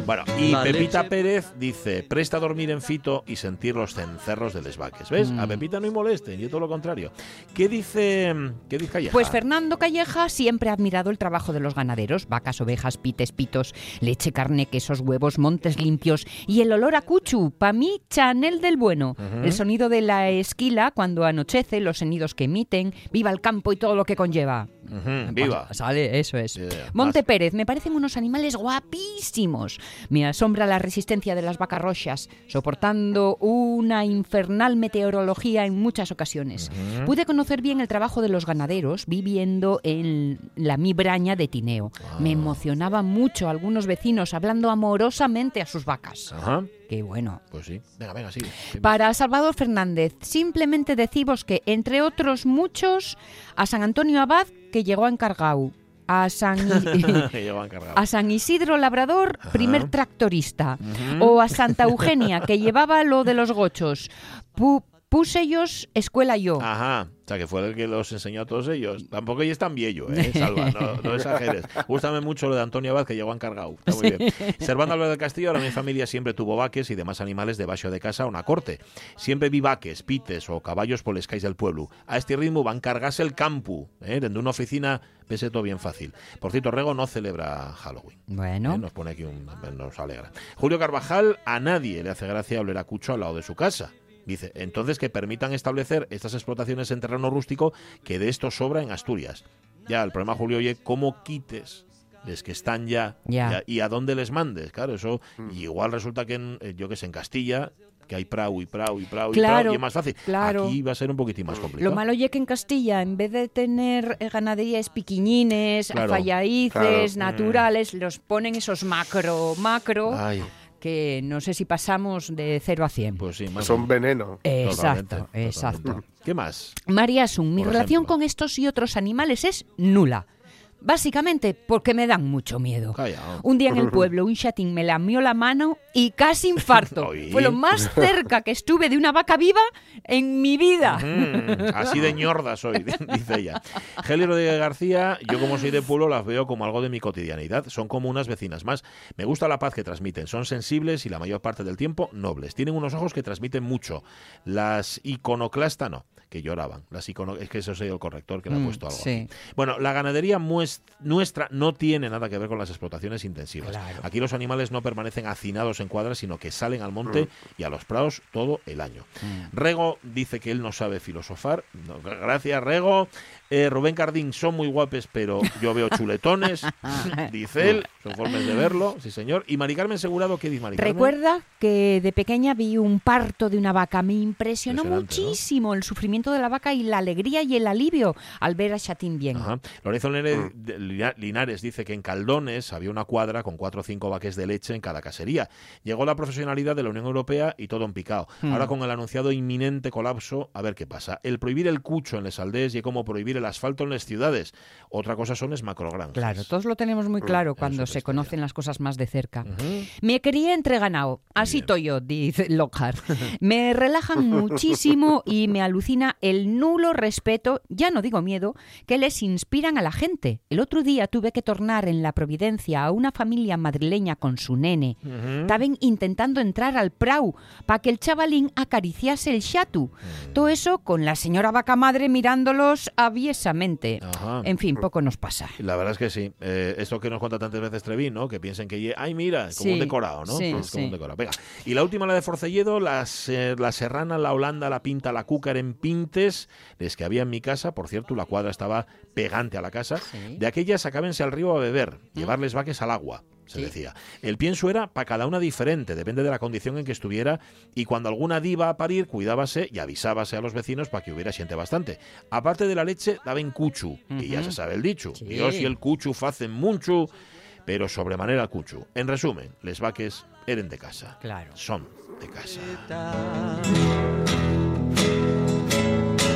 Bueno, y
La
Pepita
leche-
Pérez dice, presta a dormir en fito y sentir los cencerros de les vaques. ¿Ves?
Mm.
A Pepita no y molesten, y todo lo contrario. ¿Qué dice, qué dice Calleja?
Pues Fernando Calleja siempre ha admirado el trabajo de los ganaderos, vacas, ovejas, pites, pitos, leche, carne, quesos, huevos, montes limpios y el olor a cuchu, pa' mí, Chanel del bueno.
Ujú.
El sonido de la esquila cuando anochece, los sonidos que emiten, viva el campo y todo lo que conlleva.
Ujú, viva.
Sale, eso es.
Yeah,
Monte
más.
Pérez, me parecen unos animales guapísimos. Me asombra la resistencia de las vacas rochas, soportando una infernal meteorología en muchas ocasiones.
Ujú.
Pude conocer bien el trabajo de los ganaderos viviendo en la mibraña de Tineo.
Ah.
Me emocionaba mucho algunos vecinos hablando amorosamente a sus vacas.
Ajá,
Qué bueno.
pues sí. Venga, venga, sigue. Sí,
Para Salvador Fernández, simplemente decimos que, entre otros muchos, a San Antonio Abad, que llegó a encargado, a San,
Que llevan cargado.
a San Isidro Labrador,
Ajá.
primer tractorista,
Ujú.
o a Santa Eugenia, que llevaba lo de los gochos. Pu- puse ellos, escuela yo.
Ajá, o sea que fue el que los enseñó a todos ellos. Tampoco ella es tan viejo, ¿eh? Salva, no, no exageres. Gústame mucho lo de Antonio Abad, que llegó encargado. Está muy bien. Servando Álvarez del Castillo, ahora mi familia siempre tuvo vaques y demás animales debaixo de casa o na corte. Siempre vi vaques, pites o caballos por les calles del pueblo. A este ritmo van cargarse el campo, ¿eh? Desde una oficina, pese todo bien fácil. Por cierto, Rego no celebra Halloween.
Bueno.
¿eh? Nos pone aquí un... nos alegra. Julio Carvajal, a nadie le hace gracia oler a cucho al lado de su casa. Dice, entonces que permitan establecer estas explotaciones en terreno rústico, que de esto sobra en Asturias. Ya, el problema, Julio, oye, ¿cómo quites les que están ya,
Ya.
ya y a dónde les mandes? Claro, eso y igual resulta que, en, eh, yo que sé, en Castilla, que hay prau y prau y prau y
Claro,
prau, y es más fácil.
claro.
Aquí va a ser un poquitín más complicado.
Lo malo es que en Castilla, en vez de tener eh, ganaderías piquiñines,
Claro,
fallaices,
claro.
naturales, los ponen esos macro, macro,
Ay,
que no sé si pasamos de cero a cien.
pues sí, más
Son veneno.
Exacto,
Totalmente,
exacto.
totalmente. ¿Qué más?
María Sun, mi
Por
relación
ejemplo.
con estos y otros animales es nula. Básicamente porque me dan mucho miedo.
Calla.
Un día en el pueblo un chatín me lamió la mano y casi infarto.
Oí.
Fue lo más cerca que estuve de una vaca viva en mi vida.
Mm, así de ñorda soy, dice ella. Geli Rodríguez García, yo como soy de pueblo las veo como algo de mi cotidianidad. Son como unas vecinas más. Me gusta la paz que transmiten. Son sensibles y la mayor parte del tiempo nobles. Tienen unos ojos que transmiten mucho. Las iconoclasta no, que lloraban. Las icono... Es que eso soy el corrector que le ha
Mm,
puesto algo
sí.
aquí. Bueno, la ganadería muest- nuestra no tiene nada que ver con las explotaciones intensivas.
Claro.
Aquí los animales no permanecen hacinados en cuadras, sino que salen al monte y a los prados todo el año.
Mm.
Rego dice que él no sabe filosofar. No, gracias, Rego. Eh, Rubén Cardín, son muy guapes, pero yo veo chuletones, dice él. Son formas de verlo, sí señor. Y Mari Carmen Segurado, ¿qué dice Mari Carmen?
Recuerda que de pequeña vi un parto de una vaca. Me impresionó
Impresionante, ¿no?
muchísimo el sufrimiento de la vaca y la alegría y el alivio al ver a Chatín bien.
Ajá. Lorenzo Lene- de Lina- Linares dice que en Caldones había una cuadra con cuatro o cinco vaques de leche en cada casería. Llegó la profesionalidad de la Unión Europea y todo en picado.
Hmm.
Ahora con el anunciado inminente colapso, a ver qué pasa. El prohibir el cucho en las aldeas y como prohibir el asfalto en las ciudades. Otra cosa son las macrogranjas.
Claro, todos lo tenemos muy claro cuando
es otra
se
historia.
conocen las cosas más de cerca.
Ujú.
Me crié entre ganado, así
bien.
estoy yo, dice Lockhart. Me relajan muchísimo y me alucina el nulo respeto, ya no digo miedo, que les inspiran a la gente. El otro día tuve que tornar en la Providencia a una familia madrileña con su nene.
Ujú.
Estaban intentando entrar al prau para que el chavalín acariciase el chatu.
Mm.
Todo eso con la señora vaca madre mirándolos aviesamente.
Ajá.
En fin, poco nos pasa.
La verdad es que sí. Eh, esto que nos cuenta tantas veces Trevín, ¿no? Que piensen que, ye- ay, mira, como
Sí,
un decorado, ¿no?
sí,
Pues como
sí.
un decorado. Venga. Y la última, la de Forcelledo, la, se- la serrana, la holanda, la pinta, la cúcar en Pintes, les que había en mi casa. Por cierto, la cuadra estaba pegante a la casa.
Sí.
De aquellas, acábense al río a beber, llevarles vaques al agua, se
Sí.
decía. El pienso era para cada una diferente, depende de la condición en que estuviera, y cuando alguna diva a parir, cuidábase y avisábase a los vecinos para que hubiera gente bastante. Aparte de la leche, daban cuchu, y ya
Ujú.
se sabe el dicho.
Sí.
Dios y el cuchu facen mucho, pero sobremanera el cuchu. En resumen, les vaques eren de casa.
Claro.
Son de casa.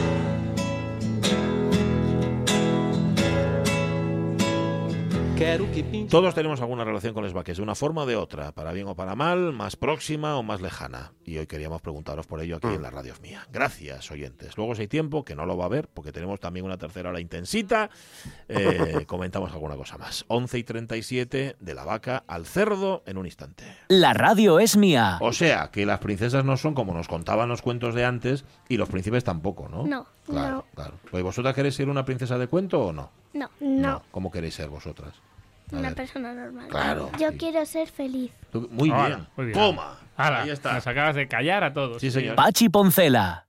Quero
Todos tenemos alguna relación con les vaques, de una forma o de otra, para bien o para mal, más próxima o más lejana. Y hoy queríamos preguntaros por ello aquí en la Radio Es Mía. Gracias, oyentes. Luego, si hay tiempo, que no lo va a haber, porque tenemos también una tercera hora intensita, eh, comentamos alguna cosa más. once y treinta y siete, de la vaca al cerdo, en un instante.
La Radio Es Mía.
O sea, que las princesas no son como nos contaban los cuentos de antes, y los príncipes tampoco, ¿no?
No,
claro,
no.
Claro. Pues, ¿vosotras queréis ser una princesa de cuento o no?
No, no.
¿Cómo queréis ser vosotras? A
Una
ver.
persona normal.
Claro.
Yo
Sí.
quiero ser feliz.
Tú- Muy
Hola,
bien.
muy bien.
Toma.
Hala,
Ahí está.
Nos acabas de callar a todos.
Sí, señor.
Pachi Poncela.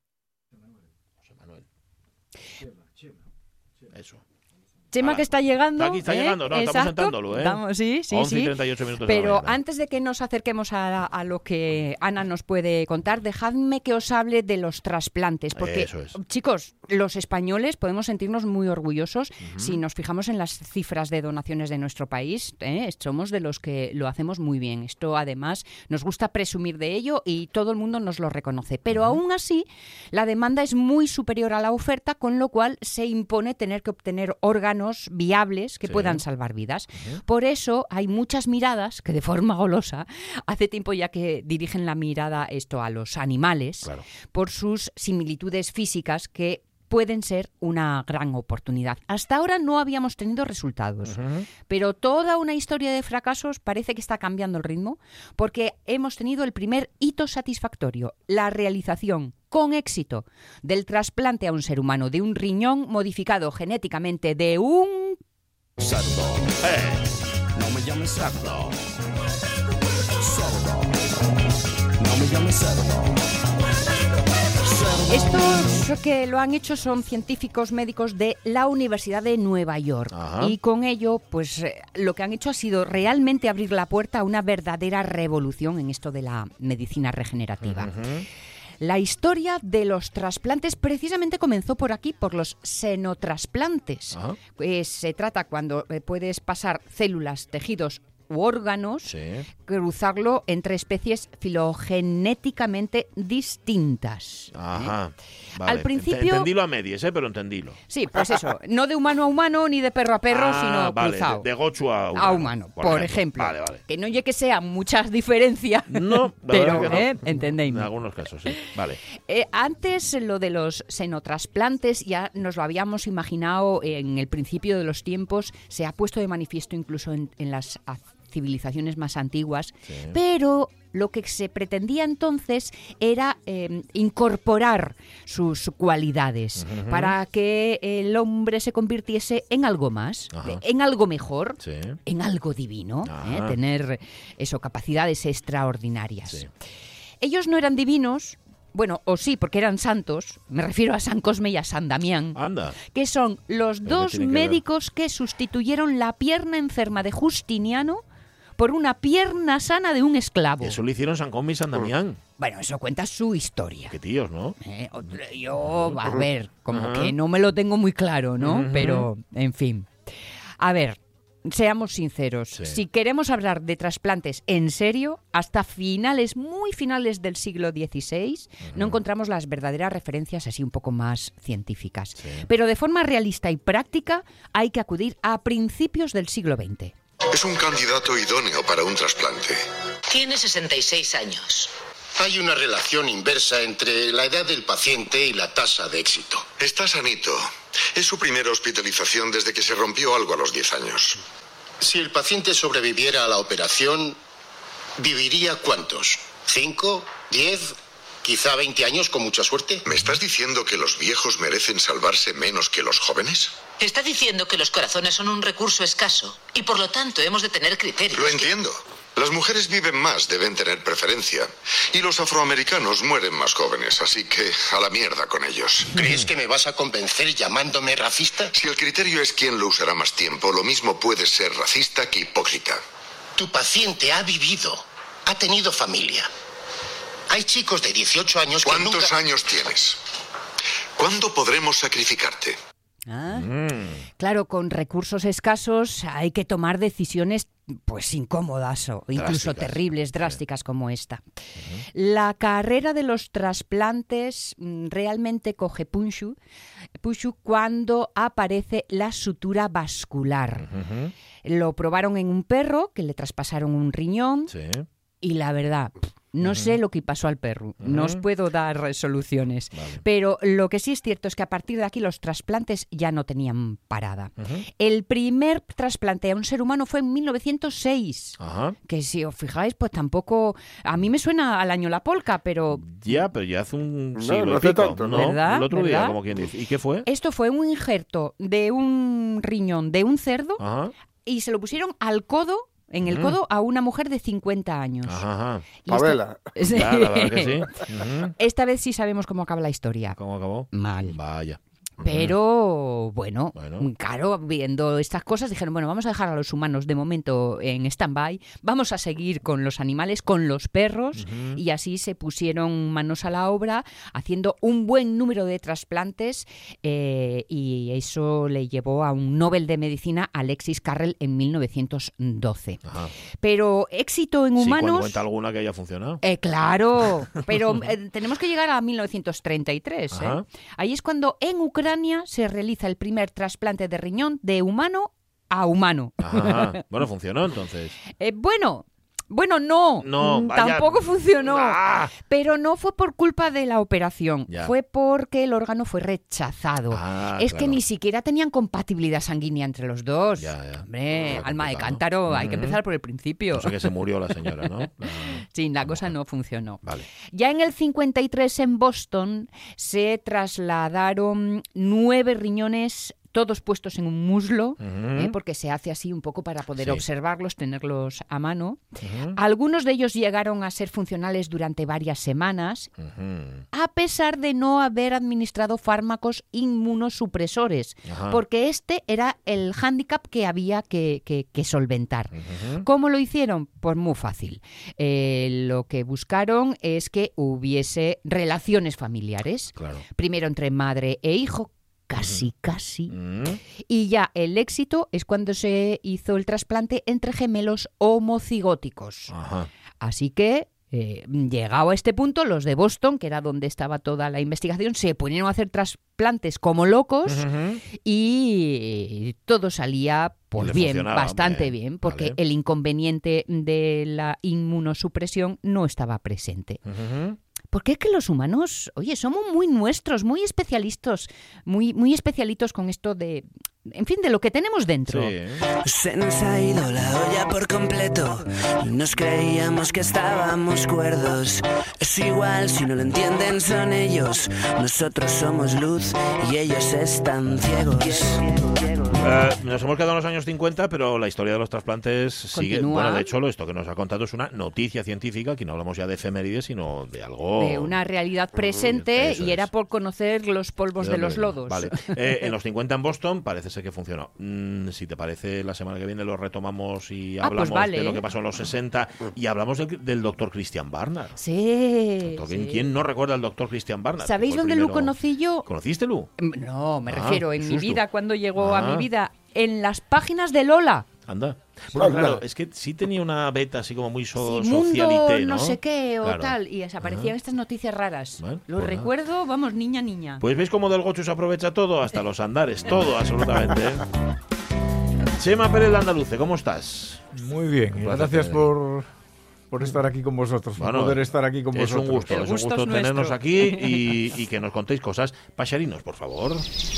Eso.
Chema,
Hala.
que está llegando.
Está aquí, está
¿eh?
llegando, no, estamos
Exacto.
sentándolo, ¿eh?
Estamos- sí, sí,
once y
sí.
treinta y ocho minutos de la
Pero
mañana.
antes de que nos acerquemos a, a lo que Ana nos puede contar, dejadme que os hable de los trasplantes. Porque,
Eso es.
chicos, los españoles podemos sentirnos muy orgullosos si nos fijamos en las cifras de donaciones de nuestro país. ¿eh? Somos de los que lo hacemos muy bien. Esto, además, nos gusta presumir de ello y todo el mundo nos lo reconoce. Pero aún así, la demanda es muy superior a la oferta, con lo cual se impone tener que obtener órganos viables que
Sí.
puedan salvar vidas. Por eso hay muchas miradas que de forma golosa, hace tiempo ya que dirigen la mirada esto a los animales, por sus similitudes físicas que pueden ser una gran oportunidad. Hasta ahora no habíamos tenido resultados, pero toda una historia de fracasos parece que está cambiando el ritmo, porque hemos tenido el primer hito satisfactorio, la realización con éxito del trasplante a un ser humano de un riñón modificado genéticamente de un
cerdo. Eh. No me llames cerdo.
Cerdo. No me llames cerdo.
Estos que lo han hecho son científicos médicos de la Universidad de Nueva York.
Ajá.
Y con ello, pues eh, lo que han hecho ha sido realmente abrir la puerta a una verdadera revolución en esto de la medicina regenerativa. La historia de los trasplantes precisamente comenzó por aquí, por los xenotrasplantes. Eh, se trata cuando eh, puedes pasar células, tejidos u órganos, cruzarlo entre especies filogenéticamente distintas.
Ajá.
¿eh?
Vale.
Al principio-
Ent- Entendilo a medias, ¿eh? Pero entendilo.
Sí, pues eso, no de humano a humano ni de perro a perro,
Ah,
sino
vale,
cruzado.
De, de gochu a humano.
A humano, por, ejemplo.
Vale, vale.
Que no llegue que sea muchas diferencias,
No, la
pero
verdad que no.
¿eh? entendéis.
En algunos casos, sí. Vale.
Eh, antes lo de los xenotrasplantes ya nos lo habíamos imaginado en el principio de los tiempos, se ha puesto de manifiesto incluso en, en las a- civilizaciones más antiguas, pero lo que se pretendía entonces era eh, incorporar sus cualidades
Ujú.
para que el hombre se convirtiese en algo más,
Ajá.
en algo mejor,
Sí.
en algo divino, ¿eh?
Ajá.
Tener eso, capacidades extraordinarias. Ellos no eran divinos, bueno, o sí, porque eran santos, me refiero a San Cosme y a San Damián,
Anda.
que son los
¿Pero qué
dos
tiene que ver?
médicos que sustituyeron la pierna enferma de Justiniano por una pierna sana de un esclavo.
Eso lo hicieron San Cosme y San Damián.
Bueno, eso cuenta su historia.
Qué tíos, ¿no?
Eh, yo, a ver, como
Ajá.
que no me lo tengo muy claro, ¿no?
Ujú.
Pero, en fin. A ver, seamos sinceros. Si queremos hablar de trasplantes en serio, hasta finales, muy finales del siglo dieciséis, no encontramos las verdaderas referencias así un poco más científicas. Pero de forma realista y práctica hay que acudir a principios del siglo veinte.
Es un candidato idóneo para un trasplante.
Tiene sesenta y seis años.
Hay una relación inversa entre la edad del paciente y la tasa de éxito. Está sanito. Es su primera hospitalización desde que se rompió algo a los diez años. Si el paciente sobreviviera a la operación, ¿viviría cuántos? ¿Cinco? ¿Diez? ¿Quizá veinte años con mucha suerte? ¿Me estás diciendo que los viejos merecen salvarse menos que los jóvenes?
Está diciendo que los corazones son un recurso escaso y por lo tanto hemos de tener criterios.
Lo entiendo. Las mujeres viven más, deben tener preferencia. Y los afroamericanos mueren más jóvenes, así que a la mierda con ellos. ¿Crees que me vas a convencer llamándome racista? Si el criterio es quién lo usará más tiempo, lo mismo puede ser racista que hipócrita. Tu paciente ha vivido, ha tenido familia. Hay chicos de dieciocho años que
¿Cuántos
nunca...
años tienes? ¿Cuándo podremos sacrificarte?
Ah,
Mm.
Claro, con recursos escasos hay que tomar decisiones pues incómodas o incluso
Drásticas.
terribles, drásticas como esta. La carrera de los trasplantes mm, realmente coge punchu, punchu cuando aparece la sutura vascular.
Ujú.
Lo probaron en un perro que le traspasaron un riñón
Sí.
y la verdad, no sé lo que pasó al perro, no os
Ujú.
puedo dar resoluciones,
Vale.
pero lo que sí es cierto es que a partir de aquí los trasplantes ya no tenían parada.
Ujú.
El primer trasplante a un ser humano fue en mil novecientos seis,
Ajá.
que si os fijáis, pues tampoco, a mí me suena al año la polca, pero
Ya, pero ya hace un
No,
siglo
no
y
hace
pico.
tanto,
no,
¿verdad?
el otro día,
¿verdad?
como quien dice. ¿Y qué fue?
esto fue un injerto de un riñón de un cerdo
Ajá.
y se lo pusieron al codo, en el
Ujú.
codo, a una mujer de cincuenta años.
Ajá, ajá.
Y esta-
Pavela.
Sí.
Claro, la verdad que sí. Ujú.
Esta vez sí sabemos cómo acaba la historia.
¿Cómo acabó?
Mal.
Vaya.
Pero bueno,
Bueno.
claro, viendo estas cosas dijeron, bueno, vamos a dejar a los humanos de momento en stand-by, vamos a seguir con los animales, con los perros,
Ujú.
y así se pusieron manos a la obra haciendo un buen número de trasplantes eh, y eso le llevó a un Nobel de Medicina a Alexis Carrel en mil novecientos doce.
Ajá.
Pero éxito en
Sí, cuando
humanos...
cuenta alguna que haya funcionado.
Eh, claro, pero eh, tenemos que llegar a mil novecientos treinta y tres. ¿eh?
Ajá.
Ahí es cuando en Ucrania se realiza el primer trasplante de riñón de humano a humano.
Ajá. Bueno, funcionó entonces.
Eh, bueno, bueno, no,
No,
mm,
vaya.
tampoco funcionó,
Ah.
pero no fue por culpa de la operación,
Ya.
fue porque el órgano fue rechazado.
Ah,
es que
claro.
ni siquiera tenían compatibilidad sanguínea entre los dos.
Ya, ya.
Hombre,
Era
alma de
complicado.
cántaro, hay que
Ujú.
empezar por el principio.
O sea que se murió la señora, ¿no? La-
Sí, la cosa no funcionó.
Vale.
Ya en el cincuenta y tres en Boston se trasladaron nueve riñones, todos puestos en un muslo,
Ujú.
¿eh? porque se hace así un poco para poder
Sí.
observarlos, tenerlos a mano.
Ujú.
Algunos de ellos llegaron a ser funcionales durante varias semanas,
Ujú.
a pesar de no haber administrado fármacos inmunosupresores,
Ajá.
porque este era el hándicap que había que, que- que solventar.
Ujú.
¿Cómo lo hicieron? Pues muy fácil. Eh, lo que buscaron es que hubiese relaciones familiares.
Claro.
Primero entre madre e hijo, casi, casi.
Mm.
Y ya el éxito es cuando se hizo el trasplante entre gemelos homocigóticos.
Ajá.
Así que, eh, llegado a este punto, los de Boston, que era donde estaba toda la investigación, se ponieron a hacer trasplantes como locos
Ujú.
y todo salía pues
le
bien,
funcionaba,
bastante
hombre.
bien, porque
Vale.
el inconveniente de la inmunosupresión no estaba presente.
Ujú.
Porque es que los humanos, oye, somos muy nuestros, muy especialistas, muy, muy especialitos con esto de, en fin, de lo que tenemos dentro.
Sí.
Se nos ha ido la olla por completo y nos creíamos que estábamos cuerdos. Es igual, si no lo entienden son ellos. Nosotros somos luz y ellos están ciegos.
Eh, nos hemos quedado en los años cincuenta, pero la historia de los trasplantes sigue.
Continúa.
Bueno, de hecho, lo esto que nos ha contado es una noticia científica. Aquí no hablamos ya de efemérides, sino de algo.
De una realidad presente
Eso
y era
es.
por conocer los polvos de
dónde
los
venía?
lodos.
Vale. Eh, en los cincuenta en Boston parece ser que funcionó. Mm, si te parece, la semana que viene lo retomamos y
Ah, pues
hablamos
vale.
de lo que pasó en los sesenta y hablamos del, del doctor Christian Barnard.
Sí.
Doctor,
sí.
¿Quién no recuerda al doctor Christian Barnard?
¿Sabéis
Fue el
dónde lo
primero-
conocí yo?
¿Conociste, Lu?
No, me
Ah,
refiero en
qué
mi
susto.
vida, cuando llegó a
Ah.
mi vida, en las páginas de Lola.
Anda. Bueno,
Anda.
claro, es que sí tenía una beta así como muy so-
Sí, mundo
socialité,
no
¿no?
sé qué o
Claro.
tal, y desaparecían estas noticias raras.
Bueno,
Lo
pues nada.
recuerdo, vamos, niña, niña.
Pues veis cómo del gocho se aprovecha todo, hasta los andares, todo, absolutamente. ¿eh? Chema Pérez de Andaluce, ¿cómo estás?
Muy bien,
Un placer
gracias
tener-
por, por estar aquí con vosotros, por
Bueno,
poder estar aquí con
es
vosotros.
un gusto,
El
es un
gusto
gusto
es
tenernos
nuestro.
aquí y, y que nos contéis cosas. Pacharinos, por favor.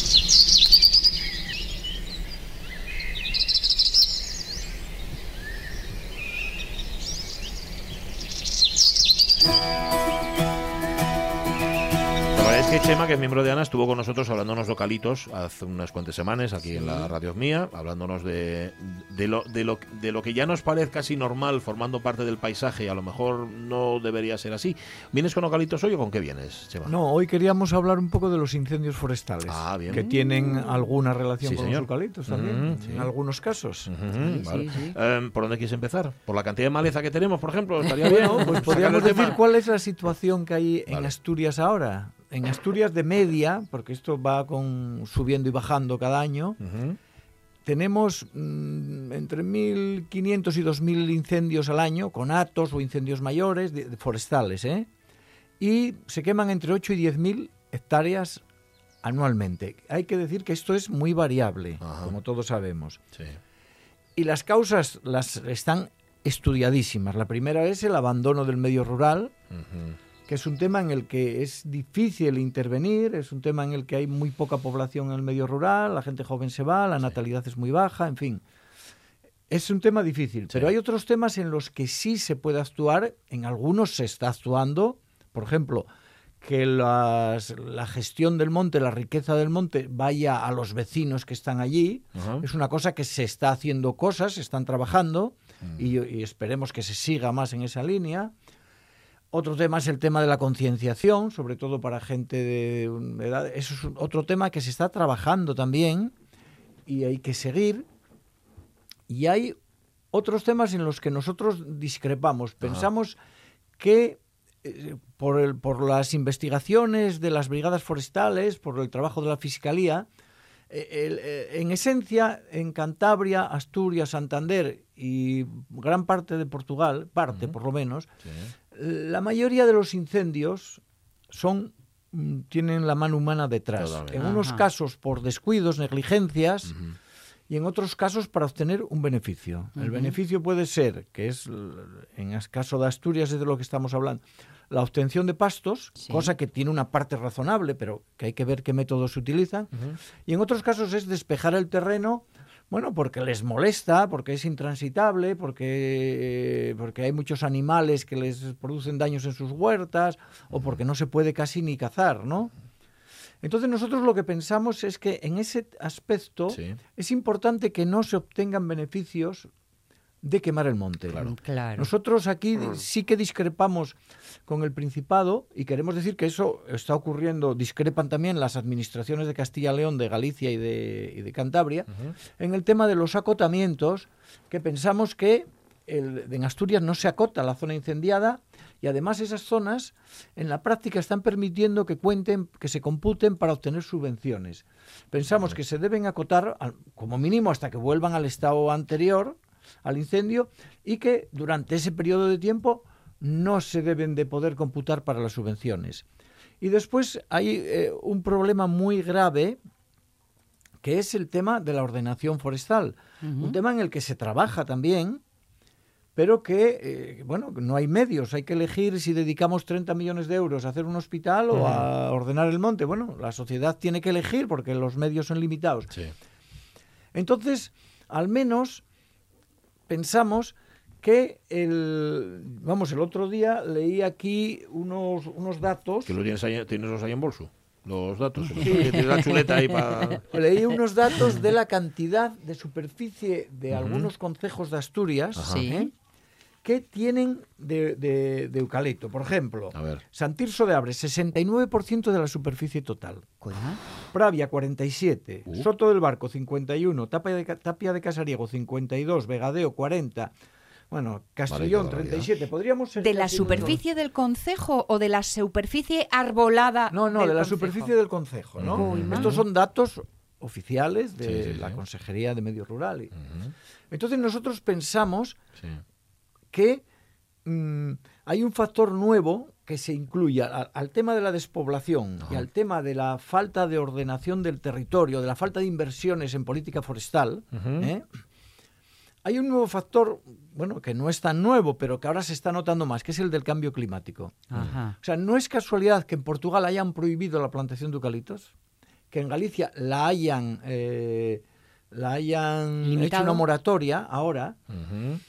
La verdad es que Chema, que es miembro de ANA, estuvo con nosotros hablándonos localitos hace unas cuantas semanas aquí en la radio mía, hablándonos de, de, lo, de, lo, de lo que ya nos parece casi normal formando parte del paisaje y a lo mejor no debería ser así. ¿Vienes con localitos hoy o con qué vienes, Chema?
No, hoy queríamos hablar un poco de los incendios forestales,
Ah, bien.
que tienen alguna relación
Sí,
con
señor.
los eucaliptos también,
Mm, sí.
en algunos casos.
Ujú,
Sí,
vale.
sí, sí.
Em, ¿Por dónde quieres empezar? ¿Por la cantidad de maleza que tenemos, por ejemplo? Estaría bien.
Bueno, pues
Sacar
podríamos
el tema.
decir cuál es la situación que hay en
Vale.
Asturias ahora. en Asturias de media, porque esto va con subiendo y bajando cada año,
Uh-huh.
tenemos mmm, entre mil quinientos y dos mil incendios al año, con atos o incendios mayores, de, de forestales, ¿eh? Y se queman entre ocho y diez mil hectáreas anualmente. Hay que decir que esto es muy variable, Ajá. como todos sabemos.
Sí.
Y las causas las están estudiadísimas. La primera es el abandono del medio rural, uh-huh. que es un tema en el que es difícil intervenir, es un tema en el que hay muy poca población en el medio rural, la gente joven se va, la sí. natalidad es muy baja, en fin. Es un tema difícil, sí. pero hay otros temas en los que sí se puede actuar, en algunos se está actuando, por ejemplo, que las, la gestión del monte, la riqueza del monte vaya a los vecinos que están allí, uh-huh. es una cosa que se está haciendo cosas, se están trabajando uh-huh. y, y esperemos que se siga más en esa línea. Otro tema es el tema de la concienciación, sobre todo para gente de edad. Eso es otro tema que se está trabajando también y hay que seguir. Y hay otros temas en los que nosotros discrepamos. Pensamos uh-huh. que eh, por, el, por las investigaciones de las brigadas forestales, por el trabajo de la Fiscalía, eh, el, eh, en esencia, en Cantabria, Asturias, Santander y gran parte de Portugal, parte uh-huh. por lo menos, sí. la mayoría de los incendios son tienen la mano humana detrás. Todavía. En Ajá. unos casos por descuidos, negligencias, uh-huh. y en otros casos para obtener un beneficio. Uh-huh. El beneficio puede ser, que es, en el caso de Asturias es de lo que estamos hablando, la obtención de pastos, sí. cosa que tiene una parte razonable, pero que hay que ver qué métodos se utilizan. Uh-huh. Y en otros casos es despejar el terreno, bueno, porque les molesta, porque es intransitable, porque, porque hay muchos animales que les producen daños en sus huertas, o porque no se puede casi ni cazar, ¿no? Entonces nosotros lo que pensamos es que en ese aspecto sí. es importante que no se obtengan beneficios de quemar el monte.
Claro.
Claro.
Nosotros aquí mm. sí que discrepamos con el Principado y queremos decir que eso está ocurriendo, discrepan también las administraciones de Castilla y León, de Galicia y de, y de Cantabria, uh-huh. en el tema de los acotamientos, que pensamos que el, en Asturias no se acota la zona incendiada y además esas zonas en la práctica están permitiendo que cuenten, que se computen para obtener subvenciones. Pensamos uh-huh. que se deben acotar como mínimo hasta que vuelvan al estado anterior al incendio y que durante ese periodo de tiempo no se deben de poder computar para las subvenciones. Y después hay eh, un problema muy grave que es el tema de la ordenación forestal, uh-huh. un tema en el que se trabaja también, pero que, eh, bueno, no hay medios, hay que elegir si dedicamos treinta millones de euros a hacer un hospital uh-huh. o a ordenar el monte. Bueno, la sociedad tiene que elegir porque los medios son limitados.
Sí.
Entonces, al menos pensamos que el vamos el otro día leí aquí unos unos datos
que lo tienes ahí, tienes los ahí en bolso, los datos, sí. Tienes la chuleta ahí para...
leí unos datos de la cantidad de superficie de uh-huh. algunos concejos de Asturias ¿eh? que tienen de, de, de eucalipto. Por ejemplo,
a ver.
San Tirso de Abre, sesenta y nueve por ciento de la superficie total. ¿Cuál? Pravia, cuarenta y siete. Uh. Soto del Barco, cincuenta y uno. Tapia de, Tapia de Casariego, cincuenta y dos. Vegadeo, cuarenta. Bueno, Castellón, vale, treinta y siete. Podríamos ser
¿De la superficie del concejo o de la superficie arbolada?
No, no, de la
concejo?
superficie del concejo, ¿no? Uh-huh. Estos son datos oficiales de sí, sí, la sí. Consejería de Medio Rural. Uh-huh. Entonces nosotros pensamos sí. que mmm, hay un factor nuevo que se incluye al, al tema de la despoblación uh-huh. y al tema de la falta de ordenación del territorio, de la falta de inversiones en política forestal. Uh-huh. ¿eh? Hay un nuevo factor, bueno, que no es tan nuevo, pero que ahora se está notando más, que es el del cambio climático.
Ajá.
O sea, no es casualidad que en Portugal hayan prohibido la plantación de eucaliptos, que en Galicia la hayan, eh, la hayan hecho una moratoria ahora, uh-huh.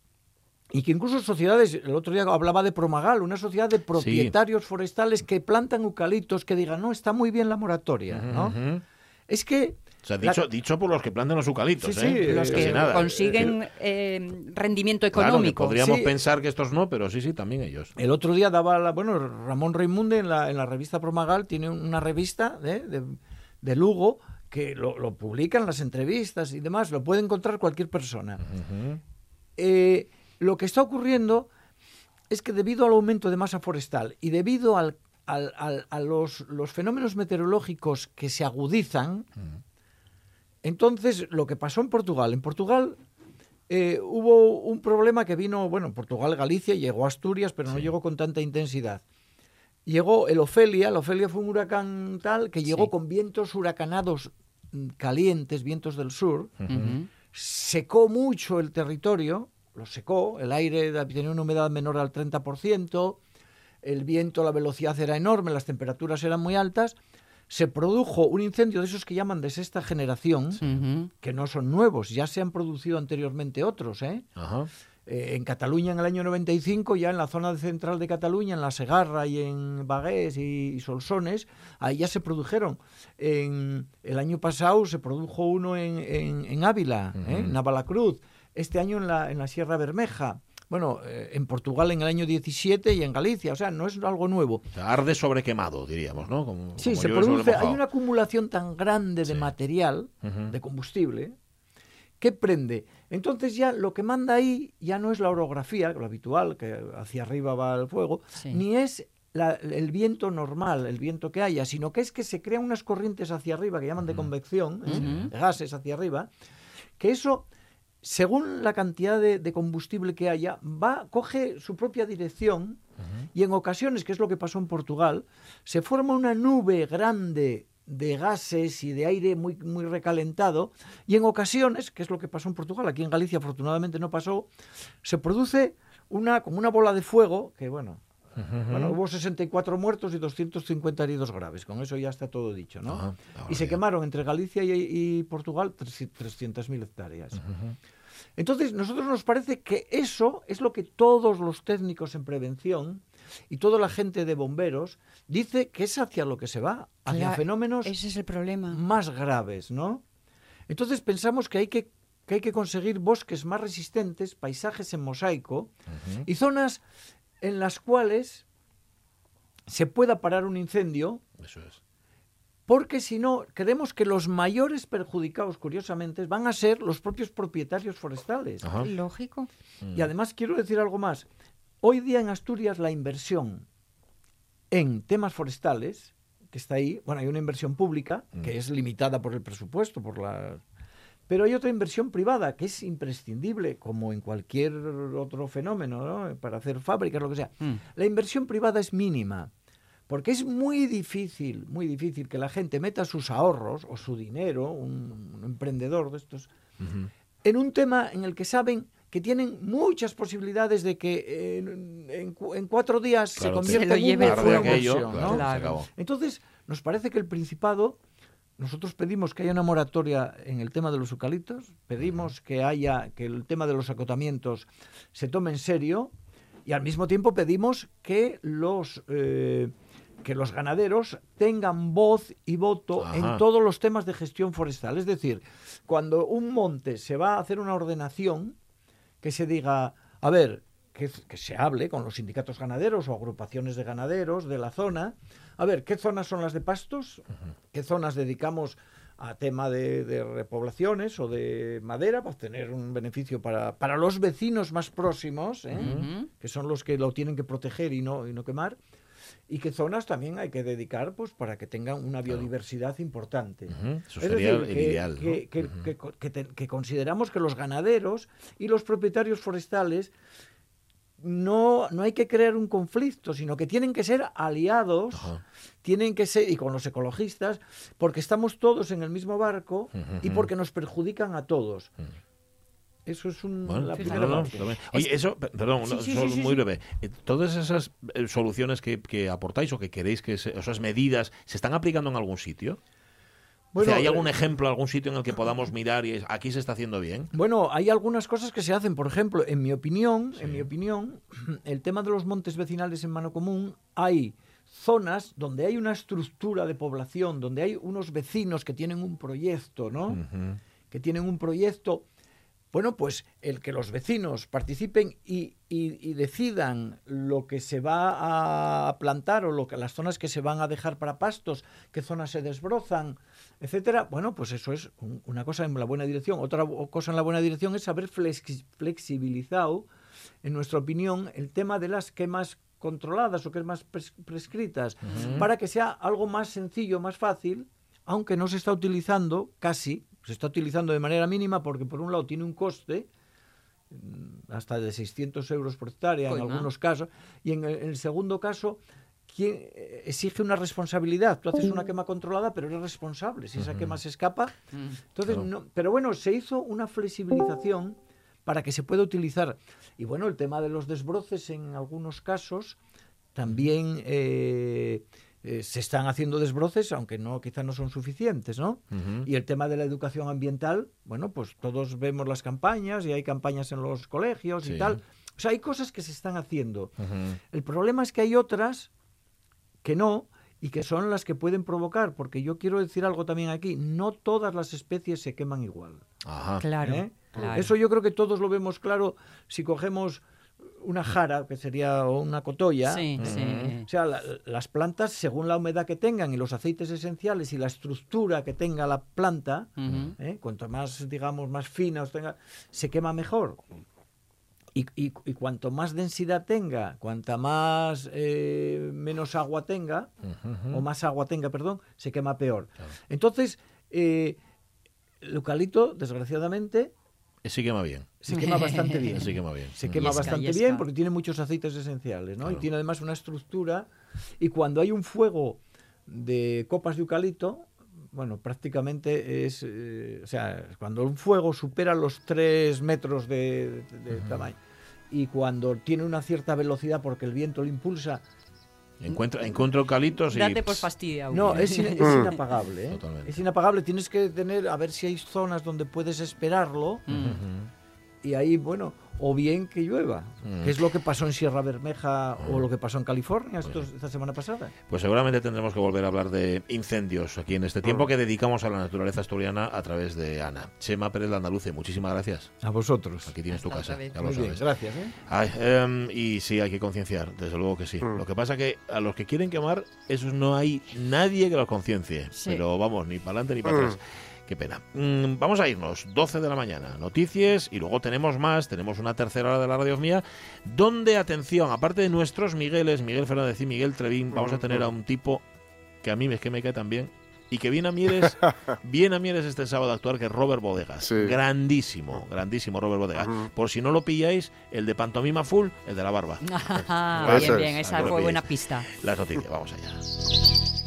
y que incluso sociedades, el otro día hablaba de Promagal, una sociedad de propietarios sí. forestales que plantan eucaliptos, que digan, no, está muy bien la moratoria, uh-huh. ¿no? Es que...
O sea, dicho, la... dicho por los que plantan los eucaliptos,
sí, sí,
¿eh?
Los que
nada.
consiguen eh, rendimiento económico.
Claro, que podríamos
sí.
pensar que estos no, pero sí, sí, también ellos.
El otro día daba, la, bueno, Ramón Raimunde en la, en la revista Promagal, tiene una revista ¿eh? de, de Lugo, que lo, lo publican las entrevistas y demás, lo puede encontrar cualquier persona. Uh-huh. Eh, lo que está ocurriendo es que debido al aumento de masa forestal y debido al al, al, a los, los fenómenos meteorológicos que se agudizan, uh-huh. entonces lo que pasó en Portugal, en Portugal eh, hubo un problema que vino, bueno, en Portugal, Galicia, llegó a Asturias, pero sí. no llegó con tanta intensidad. Llegó el Ofelia, el Ofelia fue un huracán tal que llegó sí. con vientos huracanados calientes, vientos del sur, uh-huh. secó mucho el territorio, lo secó, el aire tenía una humedad menor al treinta por ciento, el viento, la velocidad era enorme, las temperaturas eran muy altas, se produjo un incendio de esos que llaman de sexta generación, uh-huh. que no son nuevos, ya se han producido anteriormente otros, ¿eh? Uh-huh. Eh, en Cataluña en el año noventa y cinco, ya en la zona central de Cataluña, en la Segarra y en Bagués y, y Solsones, ahí ya se produjeron. En, el año pasado se produjo uno en, en, en Ávila, uh-huh. ¿eh? en Navalacruz, este año en la, en la Sierra Bermeja. Bueno, eh, en Portugal en el año diecisiete y en Galicia, o sea, no es algo nuevo.
O sea, arde sobre quemado, diríamos, ¿no? Como,
sí,
como
se produce, hay una acumulación tan grande de sí. material, uh-huh. de combustible, que prende. Entonces ya lo que manda ahí ya no es la orografía, lo habitual, que hacia arriba va el fuego, sí. ni es la, el viento normal, el viento que haya, sino que es que se crean unas corrientes hacia arriba, que llaman uh-huh. de convección, ¿eh? uh-huh. de gases hacia arriba, que eso, según la cantidad de, de combustible que haya, va, coge su propia dirección uh-huh. y en ocasiones, que es lo que pasó en Portugal, se forma una nube grande de gases y de aire muy, muy recalentado, y en ocasiones, que es lo que pasó en Portugal, aquí en Galicia afortunadamente no pasó, se produce una como una bola de fuego, que bueno, uh-huh. bueno hubo sesenta y cuatro muertos y doscientos cincuenta heridos graves, con eso ya está todo dicho, ¿no? Uh-huh. Y se quemaron entre Galicia y, y Portugal trescientas mil hectáreas. Uh-huh. Entonces, nosotros nos parece que eso es lo que todos los técnicos en prevención y toda la gente de bomberos dice que es hacia lo que se va, hacia claro, fenómenos
ese es el problema.
Más graves, ¿no? Entonces pensamos que hay que, que hay que conseguir bosques más resistentes, paisajes en mosaico uh-huh. y zonas en las cuales se pueda parar un incendio.
Eso es.
Porque si no, creemos que los mayores perjudicados, curiosamente, van a ser los propios propietarios forestales.
Ajá. Lógico.
Y además quiero decir algo más. Hoy día en Asturias la inversión en temas forestales, que está ahí, bueno, hay una inversión pública, mm. que es limitada por el presupuesto, por la... pero hay otra inversión privada que es imprescindible, como en cualquier otro fenómeno, ¿no? Para hacer fábricas, lo que sea. Mm. La inversión privada es mínima. Porque es muy difícil, muy difícil que la gente meta sus ahorros o su dinero, un, un emprendedor de estos, uh-huh. en un tema en el que saben que tienen muchas posibilidades de que en, en, en cuatro días claro, se convierta en una inversión, ¿no? Claro, claro. Entonces, nos parece que el Principado, nosotros pedimos que haya una moratoria en el tema de los eucaliptos, pedimos uh-huh. que haya que el tema de los acotamientos se tome en serio y al mismo tiempo pedimos que los... Eh, que los ganaderos tengan voz y voto Ajá. en todos los temas de gestión forestal. Es decir, cuando un monte se va a hacer una ordenación, que se diga, a ver, que, que se hable con los sindicatos ganaderos o agrupaciones de ganaderos de la zona, a ver, ¿qué zonas son las de pastos? Uh-huh. ¿Qué zonas dedicamos a tema de, de repoblaciones o de madera para obtener un beneficio para, para los vecinos más próximos, ¿eh? Uh-huh. que son los que lo tienen que proteger y no, y no quemar? Y qué zonas también hay que dedicar pues para que tengan una biodiversidad claro. importante. Uh-huh. Eso
es sería
decir,
el
que,
ideal, ¿no?
que, que,
uh-huh.
que, que, te, que consideramos que los ganaderos y los propietarios forestales no, no hay que crear un conflicto, sino que tienen que ser aliados, uh-huh. tienen que ser, y con los ecologistas, porque estamos todos en el mismo barco uh-huh. y porque nos perjudican a todos. Uh-huh. Eso es un, bueno, la primera
no, no,
parte.
Oye, eso, perdón, sí, sí, solo sí, sí, muy sí. breve. Todas esas eh, soluciones que, que aportáis o que queréis, que se, esas medidas, ¿se están aplicando en algún sitio? Bueno, o sea, ¿hay algún ejemplo, algún sitio en el que podamos mirar y es, aquí se está haciendo bien?
Bueno, hay algunas cosas que se hacen. Por ejemplo, en mi opinión, sí. en mi opinión, el tema de los montes vecinales en mano común, hay zonas donde hay una estructura de población, donde hay unos vecinos que tienen un proyecto, ¿no? Uh-huh. Que tienen un proyecto. Bueno, pues el que los vecinos participen y, y, y decidan lo que se va a plantar o lo que, las zonas que se van a dejar para pastos, qué zonas se desbrozan, etcétera. Bueno, pues eso es un, una cosa en la buena dirección. Otra cosa en la buena dirección es haber flex, flexibilizado, en nuestra opinión, el tema de las quemas controladas o que es más pres prescritas,
Uh-huh.
para que sea algo más sencillo, más fácil, aunque no se está utilizando casi, se está utilizando de manera mínima porque por un lado tiene un coste hasta de seiscientos euros por hectárea en
Coima.
algunos casos, y en el, en el segundo caso quien exige una responsabilidad. Tú haces una quema controlada, pero eres responsable. Si esa
Uh-huh.
quema se escapa,
Mm.
entonces
Claro.
no. Pero bueno, se hizo una flexibilización para que se pueda utilizar. Y bueno, el tema de los desbroces en algunos casos también eh, eh, se están haciendo desbroces, aunque no, quizás no son suficientes, ¿no?
Uh-huh.
Y el tema de la educación ambiental, bueno, pues todos vemos las campañas y hay campañas en los colegios
Sí.
y tal. O sea, hay cosas que se están haciendo.
Uh-huh.
El problema es que hay otras que no, y que son las que pueden provocar, porque yo quiero decir algo también aquí, no todas las especies se queman igual.
Ajá.
Claro,
¿eh?
claro.
Eso yo creo que todos lo vemos claro si cogemos una jara, que sería o una cotolla.
Sí,
Uh-huh.
sí.
O sea, la- las plantas, según la humedad que tengan y los aceites esenciales y la estructura que tenga la planta,
Ujú.
¿eh? cuanto más, digamos, más fina os tenga, se quema mejor. Y, y, y cuanto más densidad tenga, cuanta más eh, menos agua tenga,
Uh-huh.
o más agua tenga, perdón, se quema peor.
Claro.
Entonces, eh, el eucalipto, desgraciadamente,
Sí quema bien.
se quema bastante bien.
Sí quema bien.
Se
Mm.
quema
Yesca,
bastante
yesca.
bien porque tiene muchos aceites esenciales, ¿no?
Claro.
Y tiene además una estructura. Y cuando hay un fuego de copas de eucalipto, bueno, prácticamente es, eh, o sea, cuando un fuego supera los tres metros de, de- de
Ujú.
tamaño y cuando tiene una cierta velocidad porque el viento lo impulsa,
Encuentra, encuentro eucaliptos y...
Date por fastidio.
no, es, in- es inapagable, ¿eh?
Totalmente.
Es inapagable. Tienes que tener, a ver si hay zonas donde puedes esperarlo.
Ujú.
Y ahí, bueno, o bien que llueva,
Mm.
que es lo que pasó en Sierra Bermeja
Mm.
o lo que pasó en California estos- esta semana pasada.
Pues seguramente tendremos que volver a hablar de incendios aquí en este tiempo que dedicamos a la naturaleza asturiana a través de Ana. Chema Pérez Landaluce, muchísimas gracias.
A vosotros.
Aquí tienes tu
Hasta
casa,
otra vez.
ya lo
Muy bien,
sabes.
gracias. ¿eh?
Ay, em, y sí, hay que concienciar, desde luego que sí.
Mm.
Lo que pasa que a los que quieren quemar, esos no hay nadie que los conciencie.
Sí.
Pero vamos, ni para adelante ni para
Mm.
atrás. Qué pena. Mm, vamos a irnos, doce de la mañana, noticias, y luego tenemos más, tenemos una tercera hora de la radio mía, donde, atención, aparte de nuestros Migueles, Miguel Fernández y Miguel Trevín, vamos a tener a un tipo que a mí es que me cae tan bien, y que viene a Mieres, viene a Mieres este sábado a actuar, que es Robert Bodegas.
Sí.
Grandísimo, grandísimo Robert Bodegas.
Ujú.
Por si no lo pilláis, el de pantomima full, el de la barba.
Ah,
Eso
bien,
es.
bien, esa
Ahí lo
fue buena
pilláis.
pista.
Las noticias, vamos allá.